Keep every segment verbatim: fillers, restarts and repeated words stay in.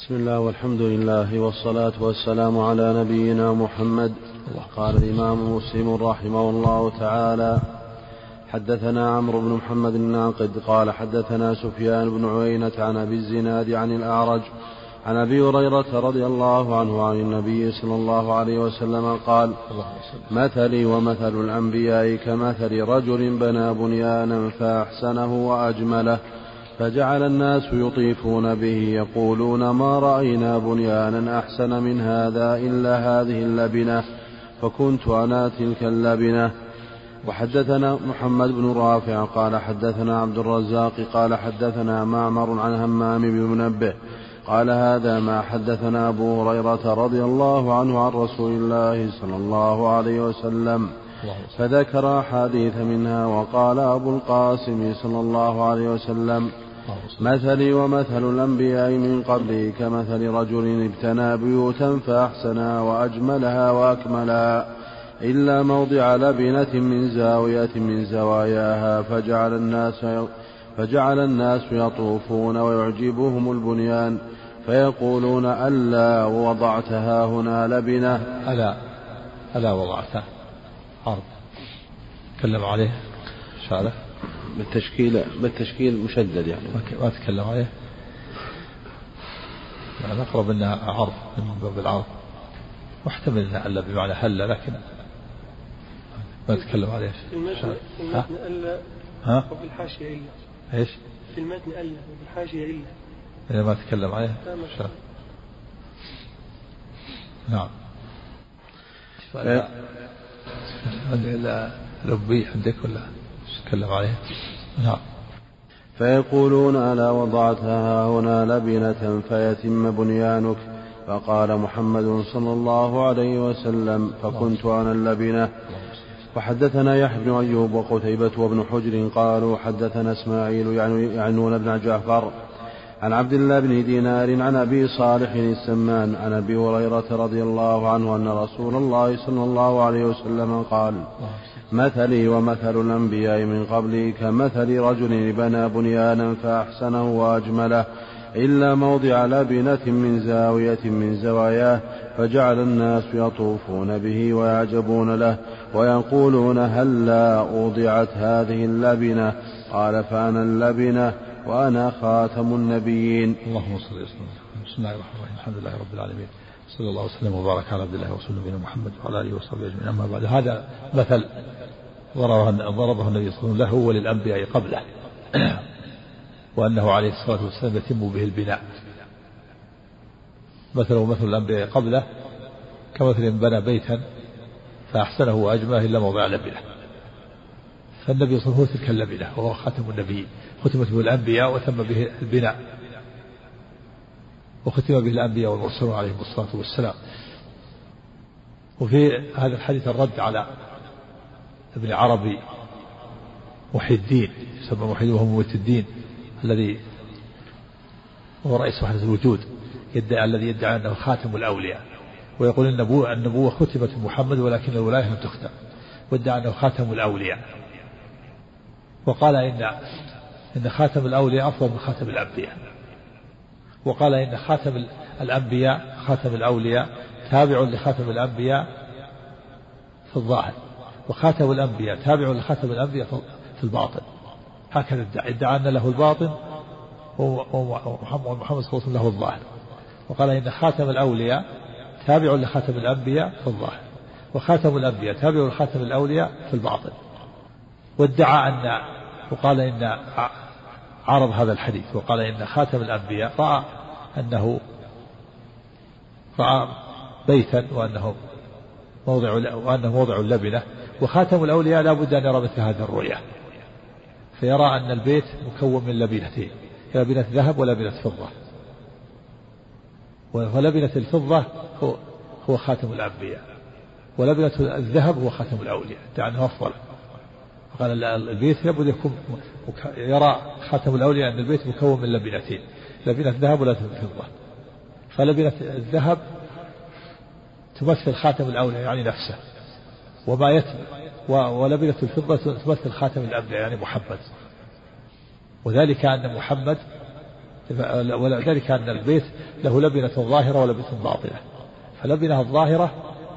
بسم الله والحمد لله والصلاة والسلام على نبينا محمد. قال الإمام مسلم رحمه الله تعالى: حدثنا عمرو بن محمد الناقد قال حدثنا سفيان بن عيينة عن أبي الزناد عن الأعرج عن أبي هريرة رضي الله عنه عن النبي صلى الله عليه وسلم قال: مثلي ومثل الأنبياء كمثل رجل بنى بنيانا فأحسنه وأجمله، فجعل الناس يطيفون به يقولون: ما رأينا بنيانا أحسن من هذا إلا هذه اللبنة، فكنت أنا تلك اللبنة. وحدثنا محمد بن رافع قال حدثنا عبد الرزاق قال حدثنا معمر عن همام بن منبه قال: هذا ما حدثنا أبو هريرة رضي الله عنه عن رسول الله صلى الله عليه وسلم، فذكر أحاديث منها. وقال أبو القاسم صلى الله عليه وسلم: مثلي ومثل الأنبياء من قبلي كمثل رجل ابتنى بيوتا فأحسنها وأجملها وأكملها إلا موضع لبنة من زاوية من زواياها، فجعل الناس فجعل الناس يطوفون ويعجبهم البنيان فيقولون: ألا وضعتها هنا لبنة. ألا ألا وضعتها عرض تكلم عليه شارف بالتشكيل بالتشكيل مشدد يعني ما تكلم عليه، يعني أقرب أنها عرض من باب العرض، محتمل أنها ألا بمعنى هلا، لكن ما تكلم عليه. في المتن ألا ها وفي الحاشية إلا. إيش؟ في المتن ألا وفي الحاشية إلا. إذا ما تكلم عليه. نعم. إلا ربي عندك ولا تكلم عليه؟ نعم. فيقولون: ألا وضعتها هنا لبنة فيتم بنيانك. فقال محمد صلى الله عليه وسلم: فكنت أنا اللبنة. وحدثنا يحيى بن أيوب وقتيبة وابن حجر قالوا حدثنا إسماعيل يعنون بن جعفر عن عبد الله بن دينار عن أبي صالح السمان عن أبي هريرة رضي الله عنه أن رسول الله صلى الله عليه وسلم قال: مثلي ومثل الأنبياء من قبلي كمثل رجل بنى بنيانا فأحسنه وأجمله إلا موضع لبنة من زاوية من زواياه، فجعل الناس يطوفون به ويعجبون له ويقولون: هلا وضعت هذه اللبنة؟ قال: فأنا اللبنة وأنا خاتم النبيين. اللهم صل وسلم. بسم الله الرحمن الرحيم. الحمد لله رب العالمين، صلى الله وسلم وبارك على عبد الله ورسوله نبينا محمد وعلى آله وصحبه أجمعين. أما بعد، هذا مثل ضربه النبي صلى الله عليه وسلم له وللأنبياء قبله وأنه عليه الصلاة والسلام يتم به البناء. مثله مثل الأنبياء قبله كمثل بنى بيتا فأحسنه وأجمله إلا موضع لبنة. فالنبي صلى الله عليه وسلم هو تلك اللبنة وهو خاتم النبيين، ختمت به الأنبياء وتم به البناء، وختم به الأنبياء والمرسلون عليهم الصلاة والسلام. وفي هذا الحديث الرد على ابن عربي محي الدين، يسمى محي وهو مميت الدين، الذي هو رئيس وحدة الوجود، يدعي الذي يدعي أنه خاتم الأولياء، ويقول النبوة النبوة ختمت بمحمد ولكن الولاية لم تختم، وادعى أنه خاتم الأولياء، وقال إن إن خاتم الأولياء أفضل من خاتم الأنبياء، وقال إن خاتم الأنبياء خاتم الأولياء تابع لخاتم الأنبياء في الظاهر، وخاتم الأنبياء تابع لخاتم الأنبياء في الباطن. هكذا ادعى أن له الباطن ومحمد صلى الله عليه وسلم له الظاهر، وقال إن خاتم الأولياء تابع لخاتم الأنبياء في الظاهر، وخاتم الأنبياء تابع لخاتم الأولياء في الباطن. وادعى أن وقال إن عرض هذا الحديث وقال إن خاتم الأنبياء رأى أنه رأى بيتا وأنه موضع وأنه موضع اللبنة، وخاتم الأولياء لا بد أن يرى مثل هذه الرؤية، فيرى أن البيت مكون من لبنتين، لبنة ذهب ولبنة فضة، ولبنة الفضة هو, هو خاتم الأنبياء، ولبنة الذهب هو خاتم الأولياء، دع أنه أفضل. قال البيت لابد يكون يرى خاتم الأولياء أن البيت مكون من لبنتين، لبنة ذهب ولبنة فضة، فلبنة الذهب تمثل خاتم الأولياء يعني نفسه، وما يتم ولبنة الفضة تمثل خاتم الأنبياء يعني محمد. وذلك أن محمد ولذلك أن البيت له لبنة ظاهرة ولبنة باطنة، فلبنة الظاهرة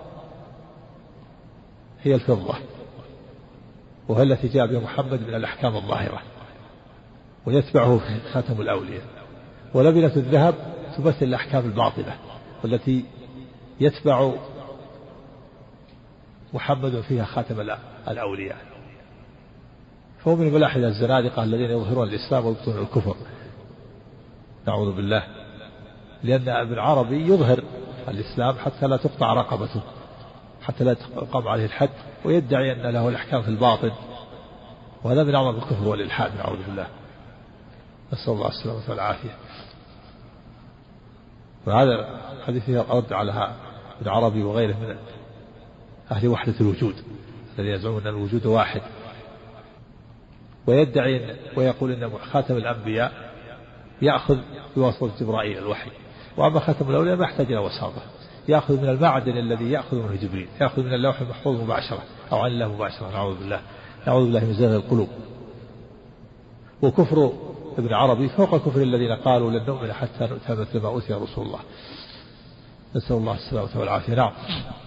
هي الفضة، وهي التي جاء بها محمد من الأحكام الظاهرة، ويتبعه في خاتم الأولياء. ولبنة الذهب تمثل الأحكام الباطنة، والتي يتبع محمد فيها خاتم الأولياء. فهو من الملاحدة الزنادقة الذين يظهرون الإسلام ويبطنون الكفر، نعوذ بالله، لأن ابن عربي يظهر الإسلام حتى لا تقطع رقبته، حتى لا تقام عليه الحد، ويدعي أن له الأحكام في الباطن، وهذا من أعظم الكفر والإلحاد، نعوذ بالله، نسأل الله السلامة والعافية. وهذا الحديث رد على ابن عربي وغيره من أهل وحدة الوجود الذي يزعمون أن الوجود واحد، ويدعي ويقول أن خاتم الأنبياء يأخذ بواسطة جبرائيل الوحي، وأما خاتم الأولياء ما يحتاج إلى وساطة، يأخذ من المعدن الذي يأخذ منه جبريل، يأخذ من اللوح المحفوظ مباشرة أو عن الله مباشرة، نعوذ بالله، نعوذ بالله من زيغ القلوب. وكفر ابن عربي فوق كفر الذين قالوا لن نؤمن حتى نؤتى مثل ما أوتي رسول الله، نسأل الله السلامة والعافية. نعم.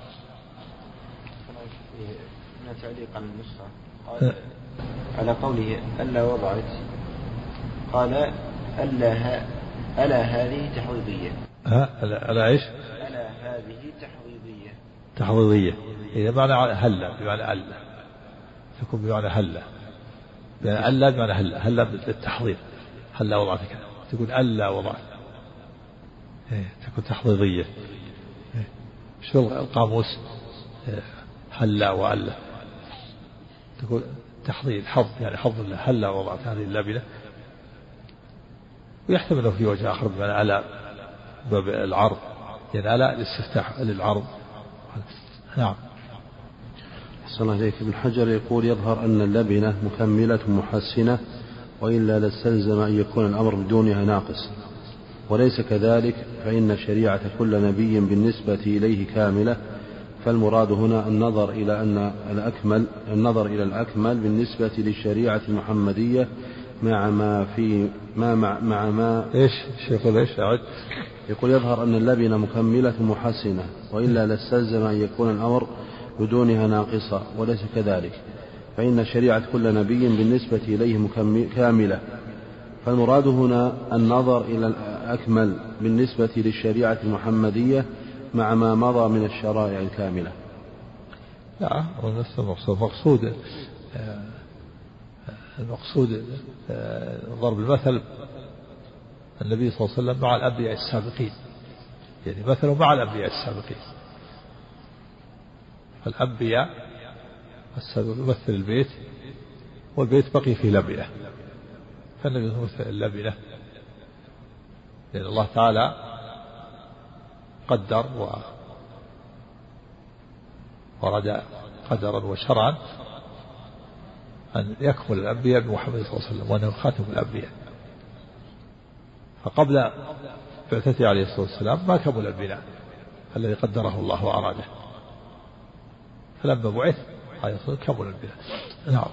تعليق عن النسخة قال على قوله ألا وضعت، قال ألا ها ألا هذه تحويضية. ها ألا ألا إيش؟ ألا هذه تحويضية. تحويضية إذا معنى هلا بمعنى ألا، تكون بمعنى هلا، يعني ألا بمعنى هلا، هلا بالتحضير، هلا وضعت كذا، تكون ألا وضعت، إيه تكون تحويضية. إيه شو القاموس هلا وألا تكون تحضير حظ، يعني حظ الله، هلا وضعت هذه اللبنة. ويحتمل في وجه آخر بمعنى ألا باب العرض، يعني ألا الاستفتاح للعرض. نعم. أحسن الله إليك. ابن حجر يقول يظهر أن اللبنة مكملة محسنة، وإلا لاستلزم أن يكون الأمر بدونها ناقص، وليس كذلك، فإن شريعة كل نبي بالنسبة إليه كاملة، فالمراد هنا النظر إلى أن الأكمل النظر إلى الأكمل بالنسبة للشريعة المحمدية مع ما في ما مع, مع ما إيش يقول إيش أعد؟ يقول يظهر أن اللبنة مكملة محسنة، وإلا لاستلزم أن يكون الأمر بدونها ناقصة، وليس كذلك، فإن شريعة كل نبي بالنسبة إليه كاملة، فالمراد هنا النظر إلى الأكمل بالنسبة للشريعة المحمدية مع ما مضى من الشرائع الكاملة. لا، ونفس المقصود مقصود المقصود ضرب المثل النبي صلى الله عليه وسلم مع الأنبياء السابقين، يعني مثله مع الأنبياء السابقين. الأنبياء السابقين يمثل البيت، والبيت بقي في لبنة، فالنبي يمثل اللبنة، لأن الله تعالى قدر ورد قدرا وشرعا أن يكمل الأنبياء بمحمد صلى الله عليه وسلم، وأنه خاتم الأنبياء. فقبل بعثته عليه الصلاة والسلام ما كمل البناء الذي قدره الله وأراده، فلما بعث عليه الصلاة والسلام كمل البناء. نعم.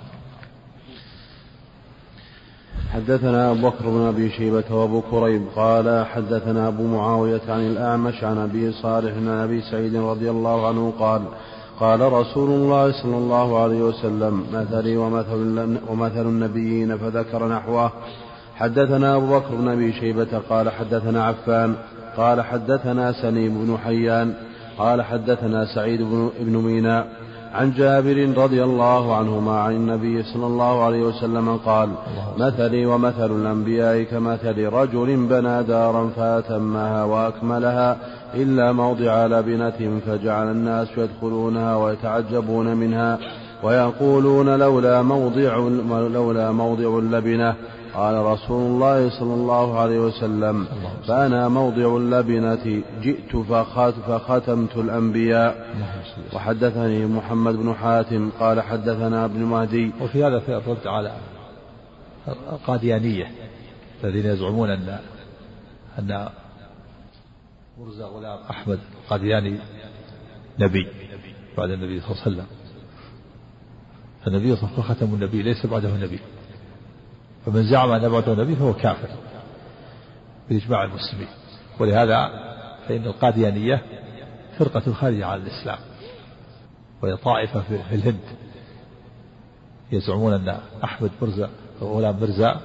حدثنا أبو بكر بن أبي شيبة وأبو كريب قال حدثنا أبو معاوية عن الأعمش عن أبي صالح عن أبي سعيد رضي الله عنه قال قال رسول الله صلى الله عليه وسلم مثلي ومثل, ومثل النبيين، فذكر نحوه. حدثنا أبو بكر بن أبي شيبة قال حدثنا عفان قال حدثنا سليم بن حيان قال حدثنا سعيد بن ميناء عن جابر رضي الله عنهما عن النبي صلى الله عليه وسلم قال مثلي ومثل الأنبياء كمثل رجل بنى دارا فأتمها وأكملها إلا موضع لبنة، فجعل الناس يدخلونها ويتعجبون منها ويقولون لولا موضع, لولا موضع اللبنة. قال رسول الله صلى الله عليه وسلم فأنا موضع اللبنة، جئت فختمت الأنبياء. وحدثني محمد بن حاتم قال حدثنا ابن مهدي. وفي هذا في الرد على القاديانية الذين يزعمون أن أن مرزا غلام أحمد القادياني نبي بعد النبي صلى الله عليه وسلم، فالنبي صلى الله عليه وسلم ختم النبي، ليس بعده نبي، فمن زعم أن بعده نبي فهو كافر. بإجماع المسلمين. ولهذا فإن القاديانية فرقة خارجة عن الإسلام، وهي طائفة في الهند يزعمون أن أحمد مرزا غلام مرزا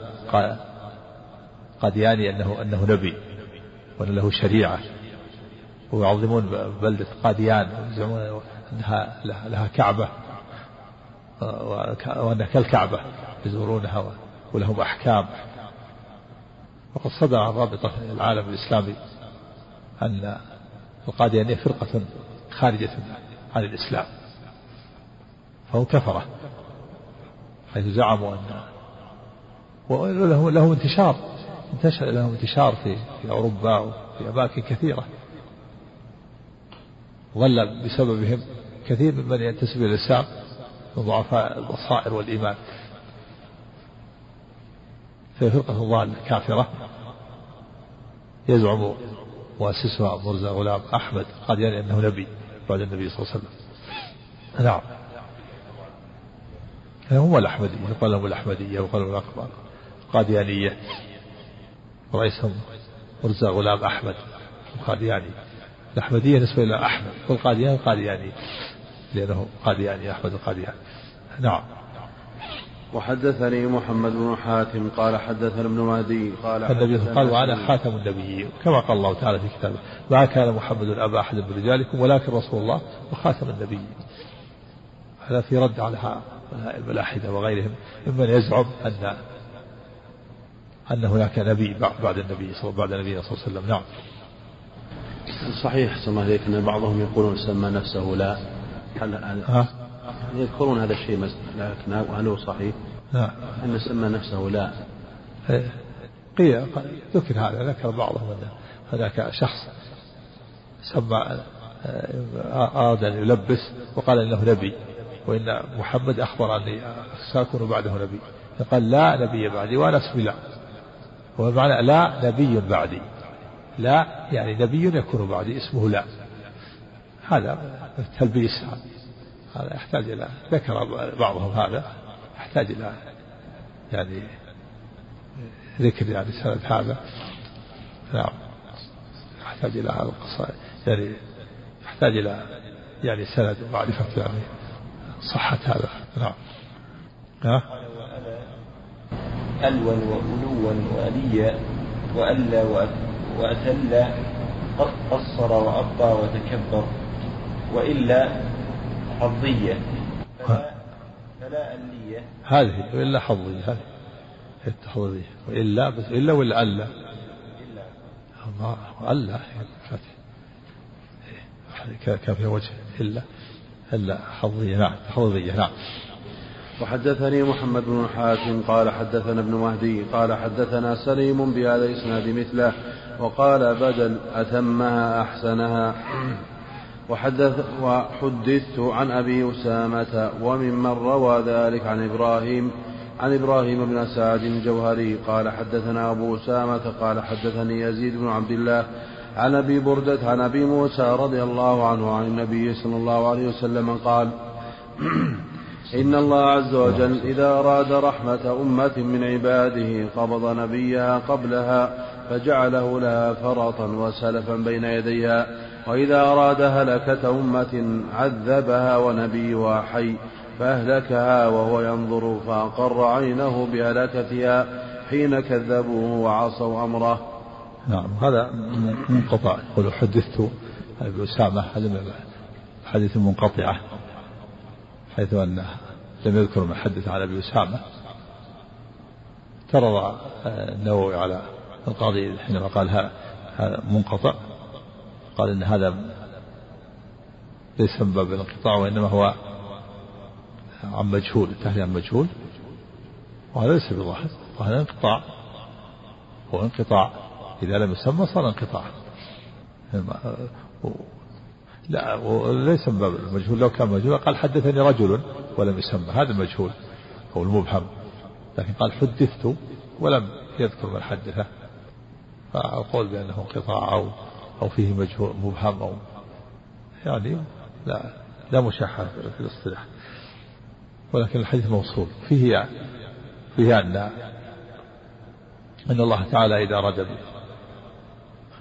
قادياني أنه أنه نبي وأن له شريعة، ويعظمون بلدة قاديان ويزعمون أنها لها كعبة وأنها كالكعبة يزورونها ولهم أحكام. وقد صدر عن رابطة العالم الإسلامي أن القاديانية فرقة خارجة عن الإسلام، فهم كفرة، حيث زعموا أن ولهم له انتشار انتشر لهم انتشار في في أوروبا وفي أماكن كثيرة، ظل بسببهم كثير ممن ينتسب إلى الإسلام من ضعفاء البصائر والإيمان. في فرقة ضالة كافرة يزعم مؤسسها مرزا غلام أحمد قادياني أنه نبي بعد النبي صلى الله عليه وسلم. نعم، هم الأحمدية، يقال لهم الأحمدية وقال لهم القاديانية، ورئيسهم مرزا غلام أحمد القادياني. الأحمدية نسبة إلى أحمد، والقادياني القادياني لأنه قادياني أحمد القادياني. نعم. وحدثني محمد بن حاتم قال حدثنا ابن مهدي قال النبي قال وأنا خاتم النبيين، كما قال الله تعالى في كتابه ما كان محمد أبا أحد من رجالكم ولكن رسول الله وخاتم النبيين. هذا في رد على الملاحدة وغيرهم ممن يزعم أن أن هناك نبي بعد النبي صلى الله عليه وسلم. نعم. صحيح صلى الله عليه أن بعضهم يقولون سمى نفسه لا، هل يذكرون هذا الشيء، لكن هل هو صحيح؟ نعم. أن سمى نفسه لا. قيل ذكر هذا، ذكر بعضهم أن هناك شخص سمى أراد أن يلبس وقال إنه نبي، وإن محمد أخبر أني سأكون بعده نبي، فقال لا نبي بعدي وأنا اسمي لا، ومعنى لا نبي بعدي، لا يعني نبي يكون بعدي اسمه لا. هذا تلبيس، هذا يحتاج إلى ذكر بعضهم، هذا يحتاج إلى يعني ذكر يعني سند هذا. نعم، يحتاج إلى هذا القصائد، يعني يحتاج إلى يعني سند ومعرفة يعني صحة هذا. نعم. ها؟ ألوا وألوا وأليا وألا وأتلا قصر وأبطى وتكبر، وإلا حظية فلا, فلا ألية. هذه وإلا حظية، هذه التحظية، وإلا بس إلا ولا ألا الله ألا كان في وجه إلا إلا حظية. نعم حظية. نعم. وحدثني محمد بن حاتم قال حدثنا ابن مهدي قال حدثنا سليم بهذا الإسناد مثله، وقال بدل أتمها أحسنها. وحدث وحدثت عن أبي أسامة وممن روى ذلك عن إبراهيم عن إبراهيم بن سعد الجوهري قال حدثنا أبو أسامة قال حدثني يزيد بن عبد الله عن أبي بردة عن أبي موسى رضي الله عنه عن النبي صلى الله عليه وسلم قال إن الله عز وجل إذا أراد رحمة أمة من عباده قبض نبيها قبلها فجعله لها فرطا وسلفا بين يديها، وإذا أراد هلكة أمة عذبها ونبيها حي فأهلكها وهو ينظر فأقر عينه بهلكتها حين كذبوه وعصوا أمره. نعم. هذا منقطع. يقول حدثت أبي أسامة، هذا من حديث منقطعة، حيث أنه لم يذكر من حدث على أبي أسامة. اعترض النووي على القاضي حينما قال هذا منقطع، قال إن هذا ليس من باب الانقطاع وإنما هو عن مجهول، التهليل عن مجهول، وهذا ليس بظاهر، وهذا انقطاع، هو انقطاع إذا لم يسمى صار انقطاع. لا وليس من باب المجهول، لو كان مجهول قال حدثني رجل ولم يسمى، هذا المجهول أو المبهم، لكن قال حدثت ولم يذكر من حدثه، فأقول بأنه انقطاع أو أو فيه مجهول مبهم أو يعني لا لا مشاحة في الاصطلاح. ولكن الحديث موصول فيه فيه أن أن الله تعالى إذا أراد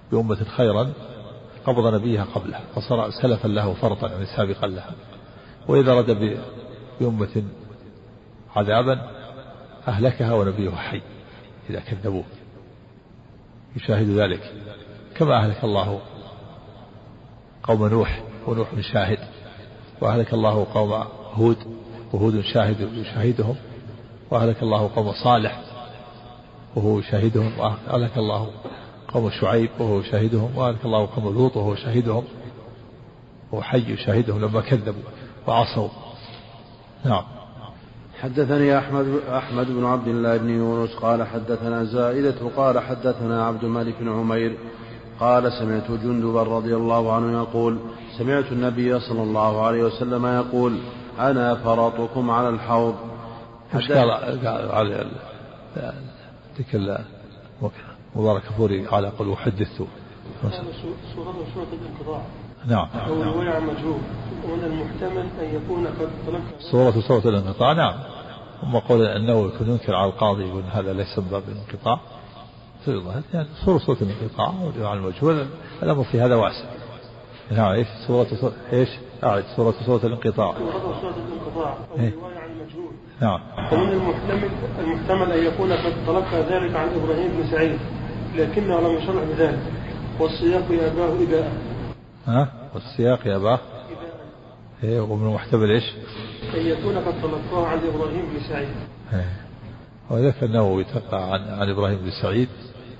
بأمة خيرا قبض نبيها قبله فصار سلفا له فرطا يعني سابقا لها. وإذا رد بأمة عذابا أهلكها ونبيه حي إذا كذبوه، يشاهد ذلك كما أهلك الله قوم نوح ونوح شاهد، وأهلك الله قوم هود وهود شاهد يشاهدهم، وأهلك الله قوم صالح وهو يشاهدهم، وأهلك الله قوم شعيب وهو يشاهدهم، وأهلك الله قوم لوط وهو يشاهدهم، وهو حي يشاهدهم لما كذبوا وعصوا. نعم. حدثني أحمد أحمد بن عبد الله بن يونس قال حدثنا زائدة قال حدثنا عبد الملك بن عمير قال سمعت جندبا رضي الله عنه يقول سمعت النبي صلى الله عليه وسلم يقول أنا فرطكم على الحوض. قال على تلك مبارك فوري على قل وحدثت سورة سورة الانقطاع. نعم. أو رواية عن مجهول ومن المحتمل أن يكون قد طلب سورة سورة الانقطاع. نعم. هم قول أنه يكون ينكر على القاضي يقول هذا ليس باب الانقطاع، يعني سورة سورة الانقطاع عن المجهول الأمر في هذا واسع. نعم. إيش سورة سورة إيش أعد سورة سورة الانقطاع. سورة سورة الانقطاع أو رواية عن مجهول. نعم. ومن المحتمل المحتمل أن يكون قد تلقى ذلك عن إبراهيم بن سعيد لكنه لم يشرح بذلك، والسياق يأباه إباء. ها والسياق يأباه إيه. ومن المحتمل إيش أن يكون قد تلقاه عن إبراهيم بن سعيد. إيه. وذكر النووي تلقى عن عن إبراهيم بن سعيد،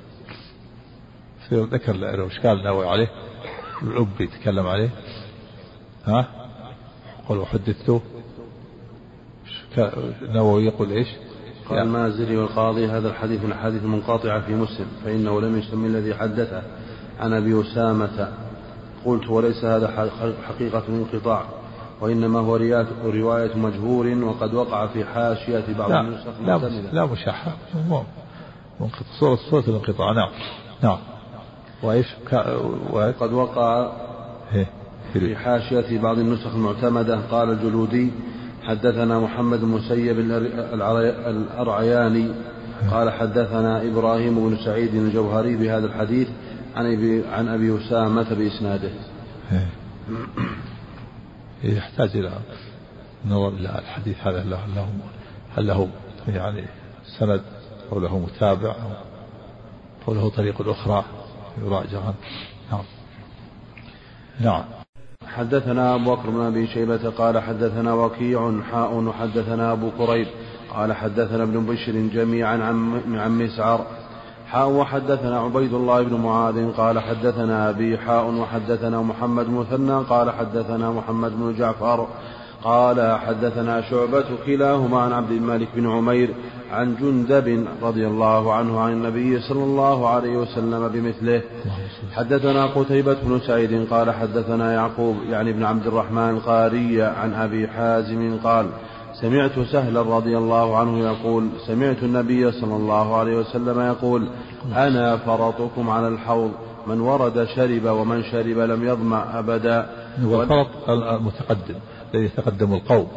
في ذكر له إشكال النووي عليه العبي يتكلم عليه. ها قل وحدثته النووي يقول إيش قال المازري والقاضي هذا الحديث من الحديث المنقطعة في مسلم فإنه لم يسمي الذي حدثه عن أبي أسامة. قلت وليس هذا حقيقة الانقطاع وإنما هو رواية مجهول وقد وقع في حاشية بعض النسخ المعتمدة. لا مشاحة صورة صورة الانقطاع. نعم. نعم. وإيش وقد وقع في حاشية بعض النسخ المعتمدة. قال الجلودي حدثنا محمد المسيب الأرعياني قال حدثنا إبراهيم بن سعيد الجوهري بهذا الحديث عن أبي, عن أبي أسامة بإسناده. يحتاج إلى نظر إلى الحديث هذا هل له, هل له يعني سند أو له متابع أو له طريق أخرى يراجع. نعم. نعم. حدثنا أبو بكر بن أبي شيبة قال حدثنا وكيع حاء وحدثنا أبو كريب قال حدثنا ابن بشر جميعا عن مسعر حاء وحدثنا عبيد الله بن معاذ قال حدثنا أبي حاء وحدثنا محمد مثنى قال حدثنا محمد بن جعفر قال حدثنا شعبة كلاهما عن عبد الملك بن عمير عن جندب رضي الله عنه عن النبي صلى الله عليه وسلم بمثله. حدثنا قتيبة بن سعيد قال حدثنا يعقوب يعني بن عبد الرحمن القاري عن أبي حازم قال سمعت سهلا رضي الله عنه يقول سمعت النبي صلى الله عليه وسلم يقول أنا فرطكم على الحوض من ورد شرب ومن شرب لم يظمأ أبدا. والفرط المتقدم الذي يتقدم القوم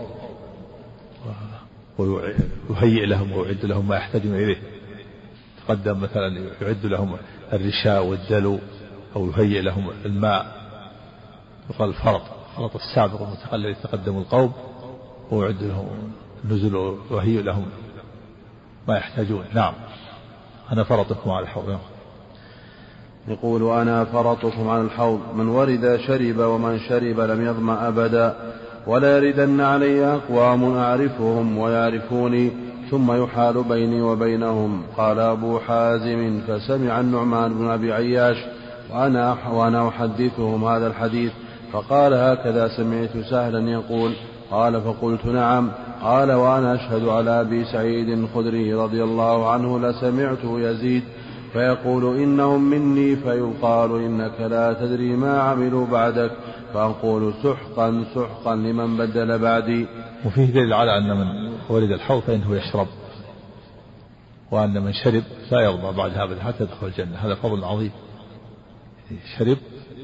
ويهيئ لهم ويعد لهم ما يحتاجون إليه. تقدم مثلا يعد لهم الرشاء والدلو أو يهيئ لهم الماء يقال الفرط. فرط السابق المتقدم الذي يتقدم القوم ويعد لهم النزل ويهيئ لهم ما يحتاجون. نعم. أنا فرطكم على الحوض. يقول وأنا فرطكم على الحوض من ورد شرب ومن شرب لم يظمأ أبدا ولا يردن علي أقوام أعرفهم ويعرفوني ثم يحال بيني وبينهم. قال أبو حازم فسمع النعمان بن أبي عياش وأنا, وأنا أحدثهم هذا الحديث فقال هكذا سمعت سهلا يقول. قال فقلت نعم. قال وأنا أشهد على أبي سعيد الخدري رضي الله عنه لسمعته يزيد فيقول إنهم مني فيقال إنك لا تدري ما عملوا بعدك فأقول سحقا سحقا لمن بدل بعدي. وفيه دليل على أن من ولد الحوض فإنه يشرب وأن من شرب لا يرضى بعد هذا حتى يدخل الجنة. هذا فضل عظيم. شرب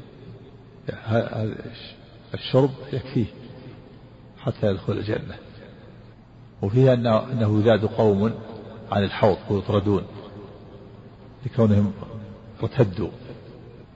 الشرب يكفيه حتى يدخل الجنة. وفيه أنه يزاد قوم عن الحوض ويطردون لكونهم ارتدوا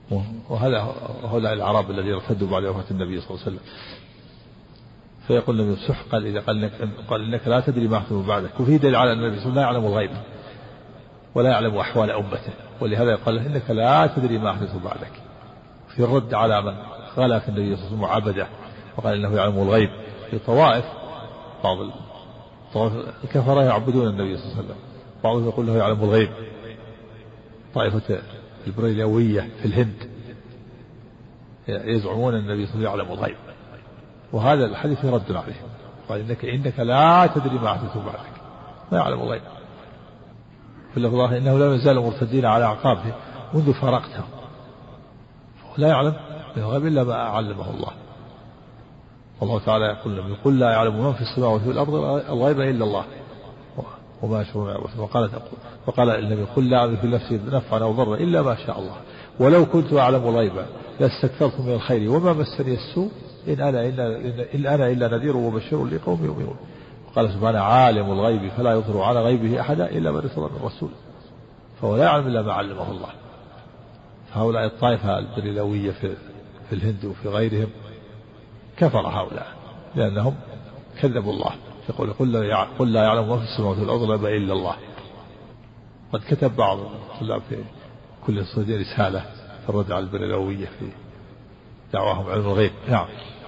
وهذا هؤلاء الأعراب الذين ارتدوا بعد وفاة النبي صلى الله عليه وسلم. فيقول النبي سح قال إذا قال إنك, قال إنك لا تدري ما أحدث بعدك. وفيه دليل على النبي صلى الله عليه وسلم لا يعلم الغيب ولا يعلم أحوال أمته، ولهذا قال إنك لا تدري ما أحدث بعدك. في الرد على من غلا في النبي صلى الله عليه وسلم وعبده وقال إنه يعلم الغيب. في طوائف بعض الكفرة يعبدون النبي صلى الله عليه وسلم، بعضهم يقول له يعلم الغيب. طائفة البريلوية في الهند يزعمون أن النبي صلى الله عليه وسلم يعلم الغيب، وهذا الحديث رد عليه. قال إنك إنك لا تدري ما أحدث بعدك، ما يعلم الغيب. في اللفظ إنه لا يزال مرتدين على أعقابه منذ فارقته، لا يعلم الغيب إلا ما علمه الله. والله تعالى يقول لهم يقول لا يعلم من في السماوات وفي الأرض الغيب إلا الله وما يشعرون. وقال وقال النبي قل لا أعلم في نفسي نفعا أو ضرا إلا ما شاء الله ولو كنت أعلم الغيب لاستكثرت من الخير وما مسني السوء إن أنا إلا إن أنا إلا نذير وبشير لقوم يؤمنون. وقال سبحانه عالم الغيب فلا يظهر على غيبه أحدا إلا من ارتضى من رسول، فهو لا يعلم إلا ما علمه الله. فهؤلاء الطائفة البريلوية في في الهند وفي غيرهم كفر هؤلاء لأنهم كذبوا الله. يقول قل لا يعلم ما في السماوات والأرض إلا الله. قد كتب بعض الطلاب في كل الصديق رسالة في الرد على البريلوية في دعواهم علم الغيب. نعم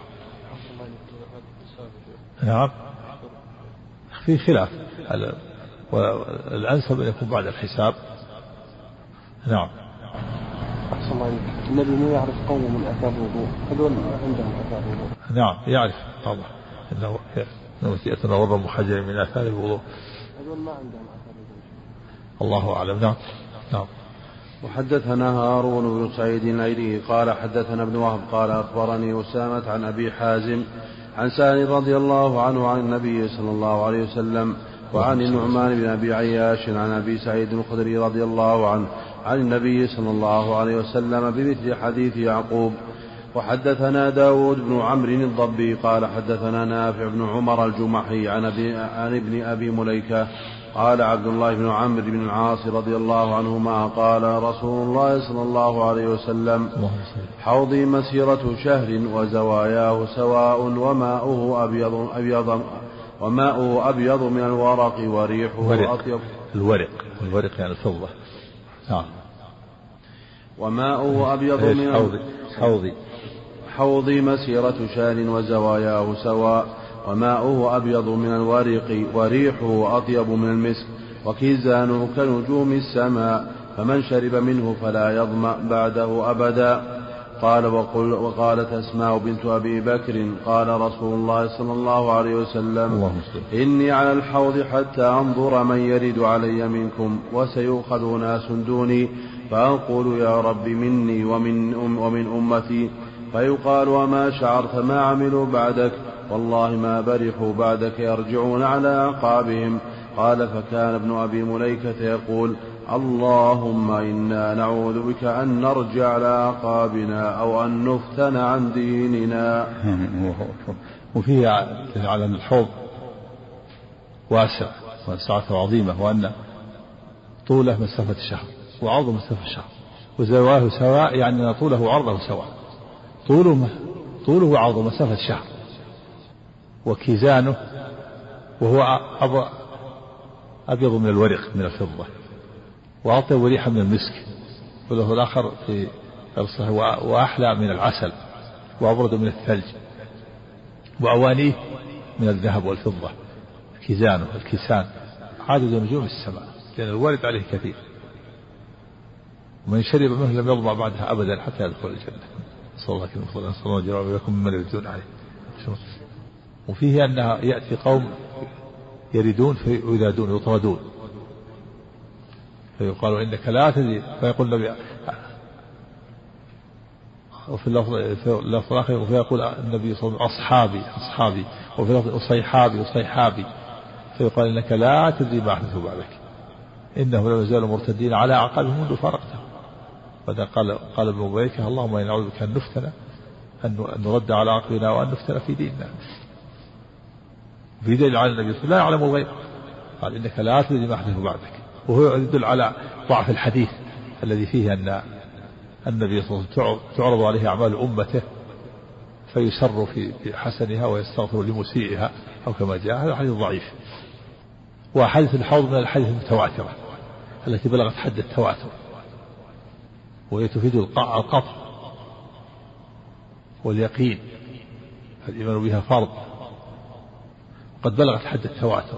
نعم في خلاف، والأنسب أن يكون بعد الحساب. نعم. أحسن الله عليك. النبي ما يعرف قومه من آثار الوضوء، هذول عندهم آثار الوضوء. نعم يعرف طبعا إنه إنه يأتنا ورا محجر من آثار الوضوء. هذول ما عندهم آثار الوضوء. الله أعلم. نعم نعم. وحدثنا هارون بن سعيد الأيلي قال حدثنا ابن وهب قال أخبرني أسامة عن أبي حازم عن سالم رضي الله عنه عن النبي صلى الله عليه وسلم وعن النعمان بن أبي عياش عن أبي سعيد الخدري رضي الله عنه عن النبي صلى الله عليه وسلم بمثل حديث يعقوب. وحدثنا داود بن عمرو الضبي قال حدثنا نافع بن عمر الجمحي عن, أبي عن ابن أبي مليكة قال عبد الله بن عمرو بن العاص رضي الله عنهما قال رسول الله صلى الله عليه وسلم حوضي مسيرة شهر وزواياه سواء وماؤه أبيض, أبيض وماؤه أبيض من الورق وريحه أطيب. الورق الورق يعني الفضة. نعم. وماؤه أبيض من حوضي حوضي حوضي مسيرة شهر وزواياه سواء وماؤه أبيض من الورق وريحه أطيب من المسك وكيزانه كنجوم السماء فمن شرب منه فلا يظمأ بعده أبدا. قال وقل وقالت أسماء بنت أبي بكر قال رسول الله صلى الله عليه وسلم إني على الحوض حتى أنظر من يرد علي منكم وسيؤخذ ناس دوني فأقول يا رب مني ومن, أم ومن أمتي فيقال وما شعرت ما عملوا بعدك والله ما برحوا بعدك يرجعون على أعقابهم. قال فكان ابن أبي مليكة يقول اللهم إنا نعوذ بك أن نرجع على أعقابنا أو أن نفتن عن ديننا. وفيه على الحوض واسع وسعته عظيمة وأن طوله مسافة الشهر وعرضه مسافة الشهر وزواه سواء يعني أن طوله وعرضه سواء. طوله طوله وعرضه مسافة الشهر وكيزانه وهو أبيض من الورق من الفضة وأطيب ريحا من المسك وله الآخر في الصحيح وأحلى من العسل وأبرد من الثلج وأوانيه من الذهب والفضة. كيزانه الكيسان عدد نجوم السماء لأن الوارد عليه كثير ومن شرب منه لم يظمأ بعدها أبدا حتى يدخل الجنة. صلى الله عليه وسلم صلى الله عليه وسلم ممن يردون عليه. وفيه أنها يأتي قوم يردون فيذادون يطردون فيقال إنك لا تدري فيقول النبي وفي اللفظ الآخر فيقول النبي صلى الله عليه وسلم أصحابي أصحابي وفي اللفظ أصيحابي أصيحابي فيقال إنك لا تدري ما أحدث بعدك إنه لا يزال مرتدين على أعقابهم منذ فارقته. فقال قال ابن مليكة اللهم إنا نعوذ بك أن نفتن أن نرد على عقلنا وأن نفتن في ديننا. في دليل على النبي لا يعلم الغيب قال إنك لا تدري ما أحدث بعدك وهو يدل على ضعف الحديث الذي فيه أن النبي صلى الله عليه وسلم تعرض عليه أعمال أمته فيسر في حسنها ويستغفر لمسيئها أو كما جاء. هذا حديث ضعيف. وحديث الحوض من الحديث المتواترة التي بلغت حد التواتر، وهي تفيد القطع واليقين، الإيمان بها فرض قد بلغت حد التواتر.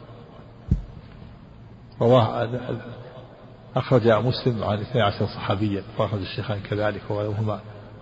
رواه أخرج مسلم عن اثني عشر صحابيا، وأخرج الشيخان كذلك وغيرهما.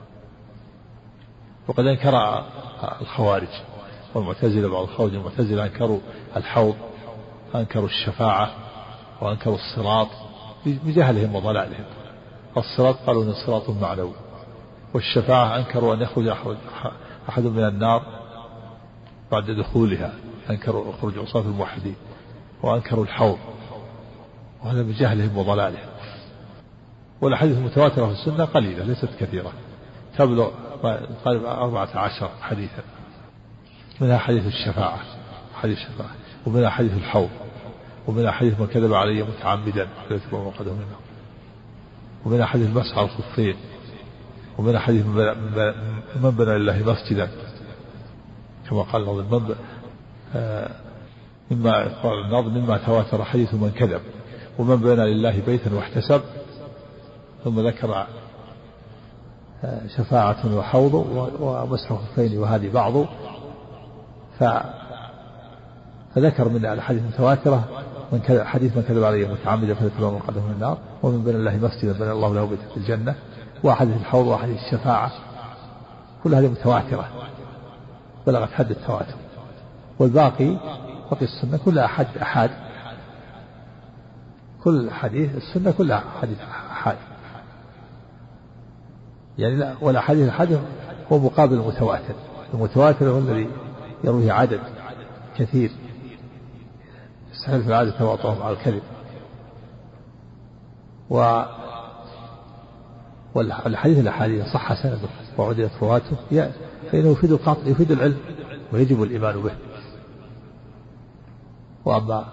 وقد انكر الخوارج والمعتزلة، بعض الخوارج والمعتزلة أنكروا الحوض، أنكروا الشفاعة، وأنكروا الصراط بجهلهم وضلالهم. الصراط قالوا أنه صراط معنوي، والشفاعة أنكروا أن يخرج أحد من النار بعد دخولها، أنكروا خروج عصاة الموحدين، وأنكروا الحوض، وهذا بجهلهم وضلالهم. والأحاديث المتواترة في السنة قليلة ليست كثيرة، تبلغ قريب أربعة عشر حديثا، منها حديث الشفاعة، حديث الشفاعة، ومنها حديث الحوض، ومنها حديث من كذب علي متعمدا فليتبوأ مقعده منه، ومنها حديث المسح على الخفين، ومنها حديث من بنى لله مسجدا كما قال الناظم مما قال الناظم مما تواتر حديث من كذب، ومن بنى لله بيتا واحتسب، ثم ذكر شفاعة وحوض ومسح الخفين وهذه بعض، فذكر من الحديث المتواترة من كذب حديث من كذب عليه متعمدا فليتبوأ مقعده من النار، ومن بنى الله مسجدا بنى الله له بيتا في الجنة، وحديث الحوض وحديث الشفاعة، كل هذه متواترة بلغت حد التواتر. والباقي بقي السنة كلها أحد أحاد، كل حديث السنة كلها حديث أحاد، يعني لا ولا حديث الحديث هو مقابل المتواتر. المتواتر هو الذي يرويه عدد كثير يستحيل في العادة تواطؤهم على الكذب. و والحديث الأحاديث صح سنده وعدلت رواته فإنه يفيد القطع، يفيد العلم ويجب الإيمان به. وأما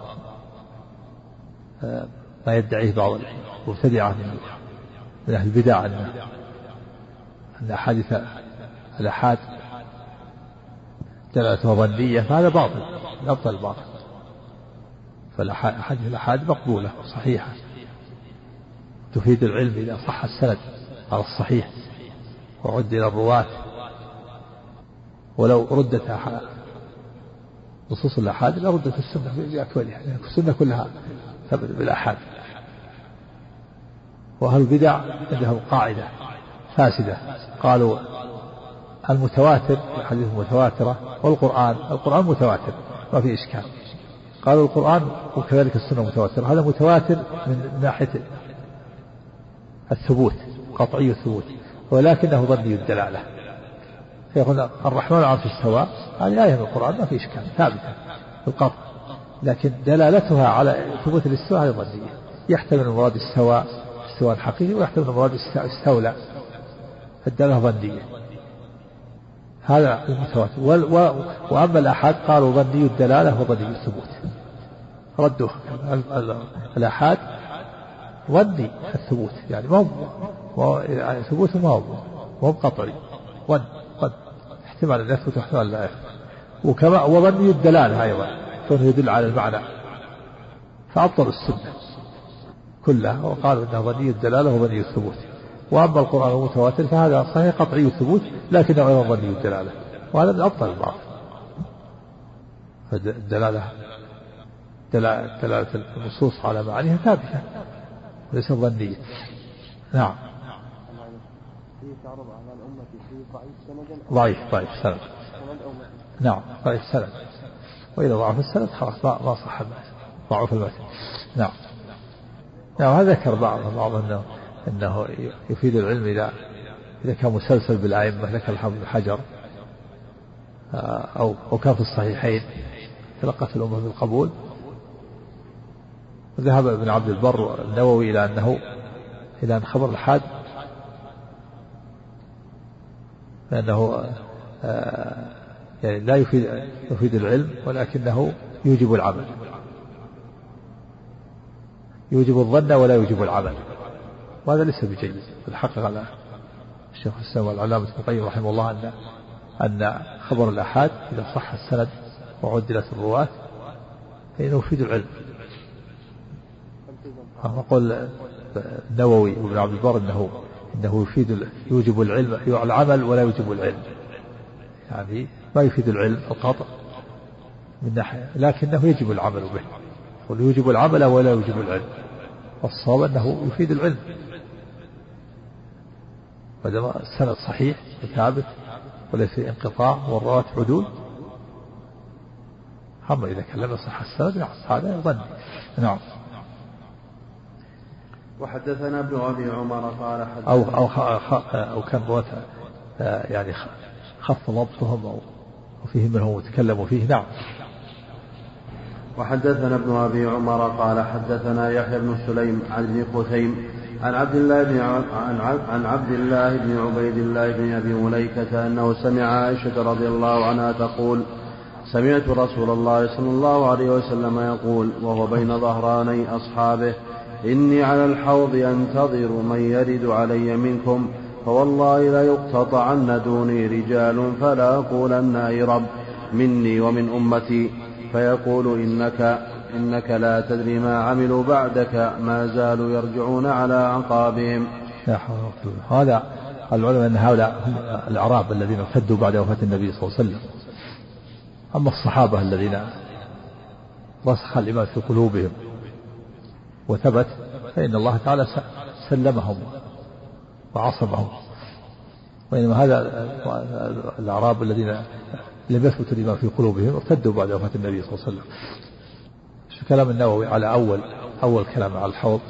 ما يدعيه بعض المبتدعة من أهل البدع أن أن أحاديث الآحاد دلالتها ظنية فهذا باطل، أبطل الباطل. فالأحاديث الآحاد مقبولة صحيحة تفيد العلم إذا صح السند على الصحيح وعد إلى الرواة. ولو ردت نصوص الآحاد لردت السنة بأكملها، يعني السنة كلها ثبت بالآحاد. وأهل البدع عندهم قاعدة فاسدة، قالوا المتواتر الحديث المتواترة والقرآن، القرآن متواتر ما في إشكال، قالوا القرآن وكذلك السنة متواترة، هذا متواتر من ناحية الثبوت قطعي الثبوت، ولكنه ظني الدلالة. فيقول الرحمن على العرش استوى، هذه آية من القرآن ما في إشكال ثابتة بالقطع، لكن دلالتها على ثبوت الاستواء هذه ظنية، يحتمل المراد استوى استواء حقيقي ويحتمل المراد استولى، الدلالة ظنية. هذا المتواتر. وأما الآحاد قالوا ظني الدلالة وظني الثبوت، ردوه الآحاد ظني الثبوت، يعني ما هو ثبوت ما هو ما هو قطعي، ظن ظن احتمال أن يثبت واحتمال لا يثبت. وكما وظني الدلالة أيضا كونه يدل على المعنى، فأبطلوا السنة كلها وقالوا أنه ظني الدلالة وظني الثبوت. وأما القرآن المتواتر فهذا صحيح قطعي الثبوت لكنه أيضا ظني الدلالة، وهذا من أبطل البعض. فالدلالة دلالة النصوص على معانيها ثابتة ليس ظنية. نعم. ضعيف ضعيف سند. نعم ضعيف سند، وإذا ضعف السند خلاص ما صح ضعف المتن. نعم. نعم هذا ذكر بعض بعض أنه أنه يفيد العلم إذا إذا كان مسلسل بالأئمة، ذكر الحافظ بن حجر، أو أو كان في الصحيحين تلقت الأمة بالقبول. ذهب ابن عبد البر النووي إلى أنه إلى أن خبر الحاد لأنه يعني لا يفيد يفيد العلم ولكنه يوجب العمل، يوجب الظن ولا يوجب العمل، وهذا ليس بجيد. الحقيقة على الشيخ الإسلام والعلامة ابن القيم رحمه الله أن أن خبر الآحاد إذا صح السند وعدلت الرواة فإنه يفيد العلم. أقول النووي وابن عبد البر إنه إنه يفيد يوجب العلم العمل ولا يوجب العلم، يعني ما يفيد العلم القطع من ناحية، لكنه يجب العمل به. يقول يوجب العمل ولا يوجب العلم، والصواب أنه يفيد العلم. فإذا السند صحيح وثابت وليس في انقطاع والرواة عدول، أما إذا كان لم يصح السند هذا يظن. نعم. وحدثنا ابن أبي عمر قال حدثنا أو أو أو كان رواة يعني خف ضبطهم أو وفيه منهم يتكلموا فيه. نعم. وحدثنا ابن أبي عمر قال حدثنا يحيى بن سليم عن ابن قتيم عن عبد الله بن عن عبد الله بن عبيد الله بن أبي مليكة أنه سمع عائشة رضي الله عنها تقول سمعت رسول الله صلى الله عليه وسلم يقول وهو بين ظهراني أصحابه إني على الحوض أنتظر من يرد علي منكم فوالله لا يقتطعن دوني رجال فلا أقولن أي رب مني ومن أمتي فيقول إنك إنك لا تدري ما عملوا بعدك ما زالوا يرجعون على أعقابهم. هذا العلماء أن هؤلاء الأعراب الذين ارتدوا بعد وفاة النبي صلى الله عليه وسلم. أما الصحابة الذين رسخ الإيمان في قلوبهم وثبت فإن الله تعالى سلمهم وعصمهم، وإنما هذا الأعراب الذين لم يثبت الإيمان في قلوبهم ارتدوا بعد وفاة النبي صلى الله عليه وسلم. كلام النووي على أول أول كلام على الحوض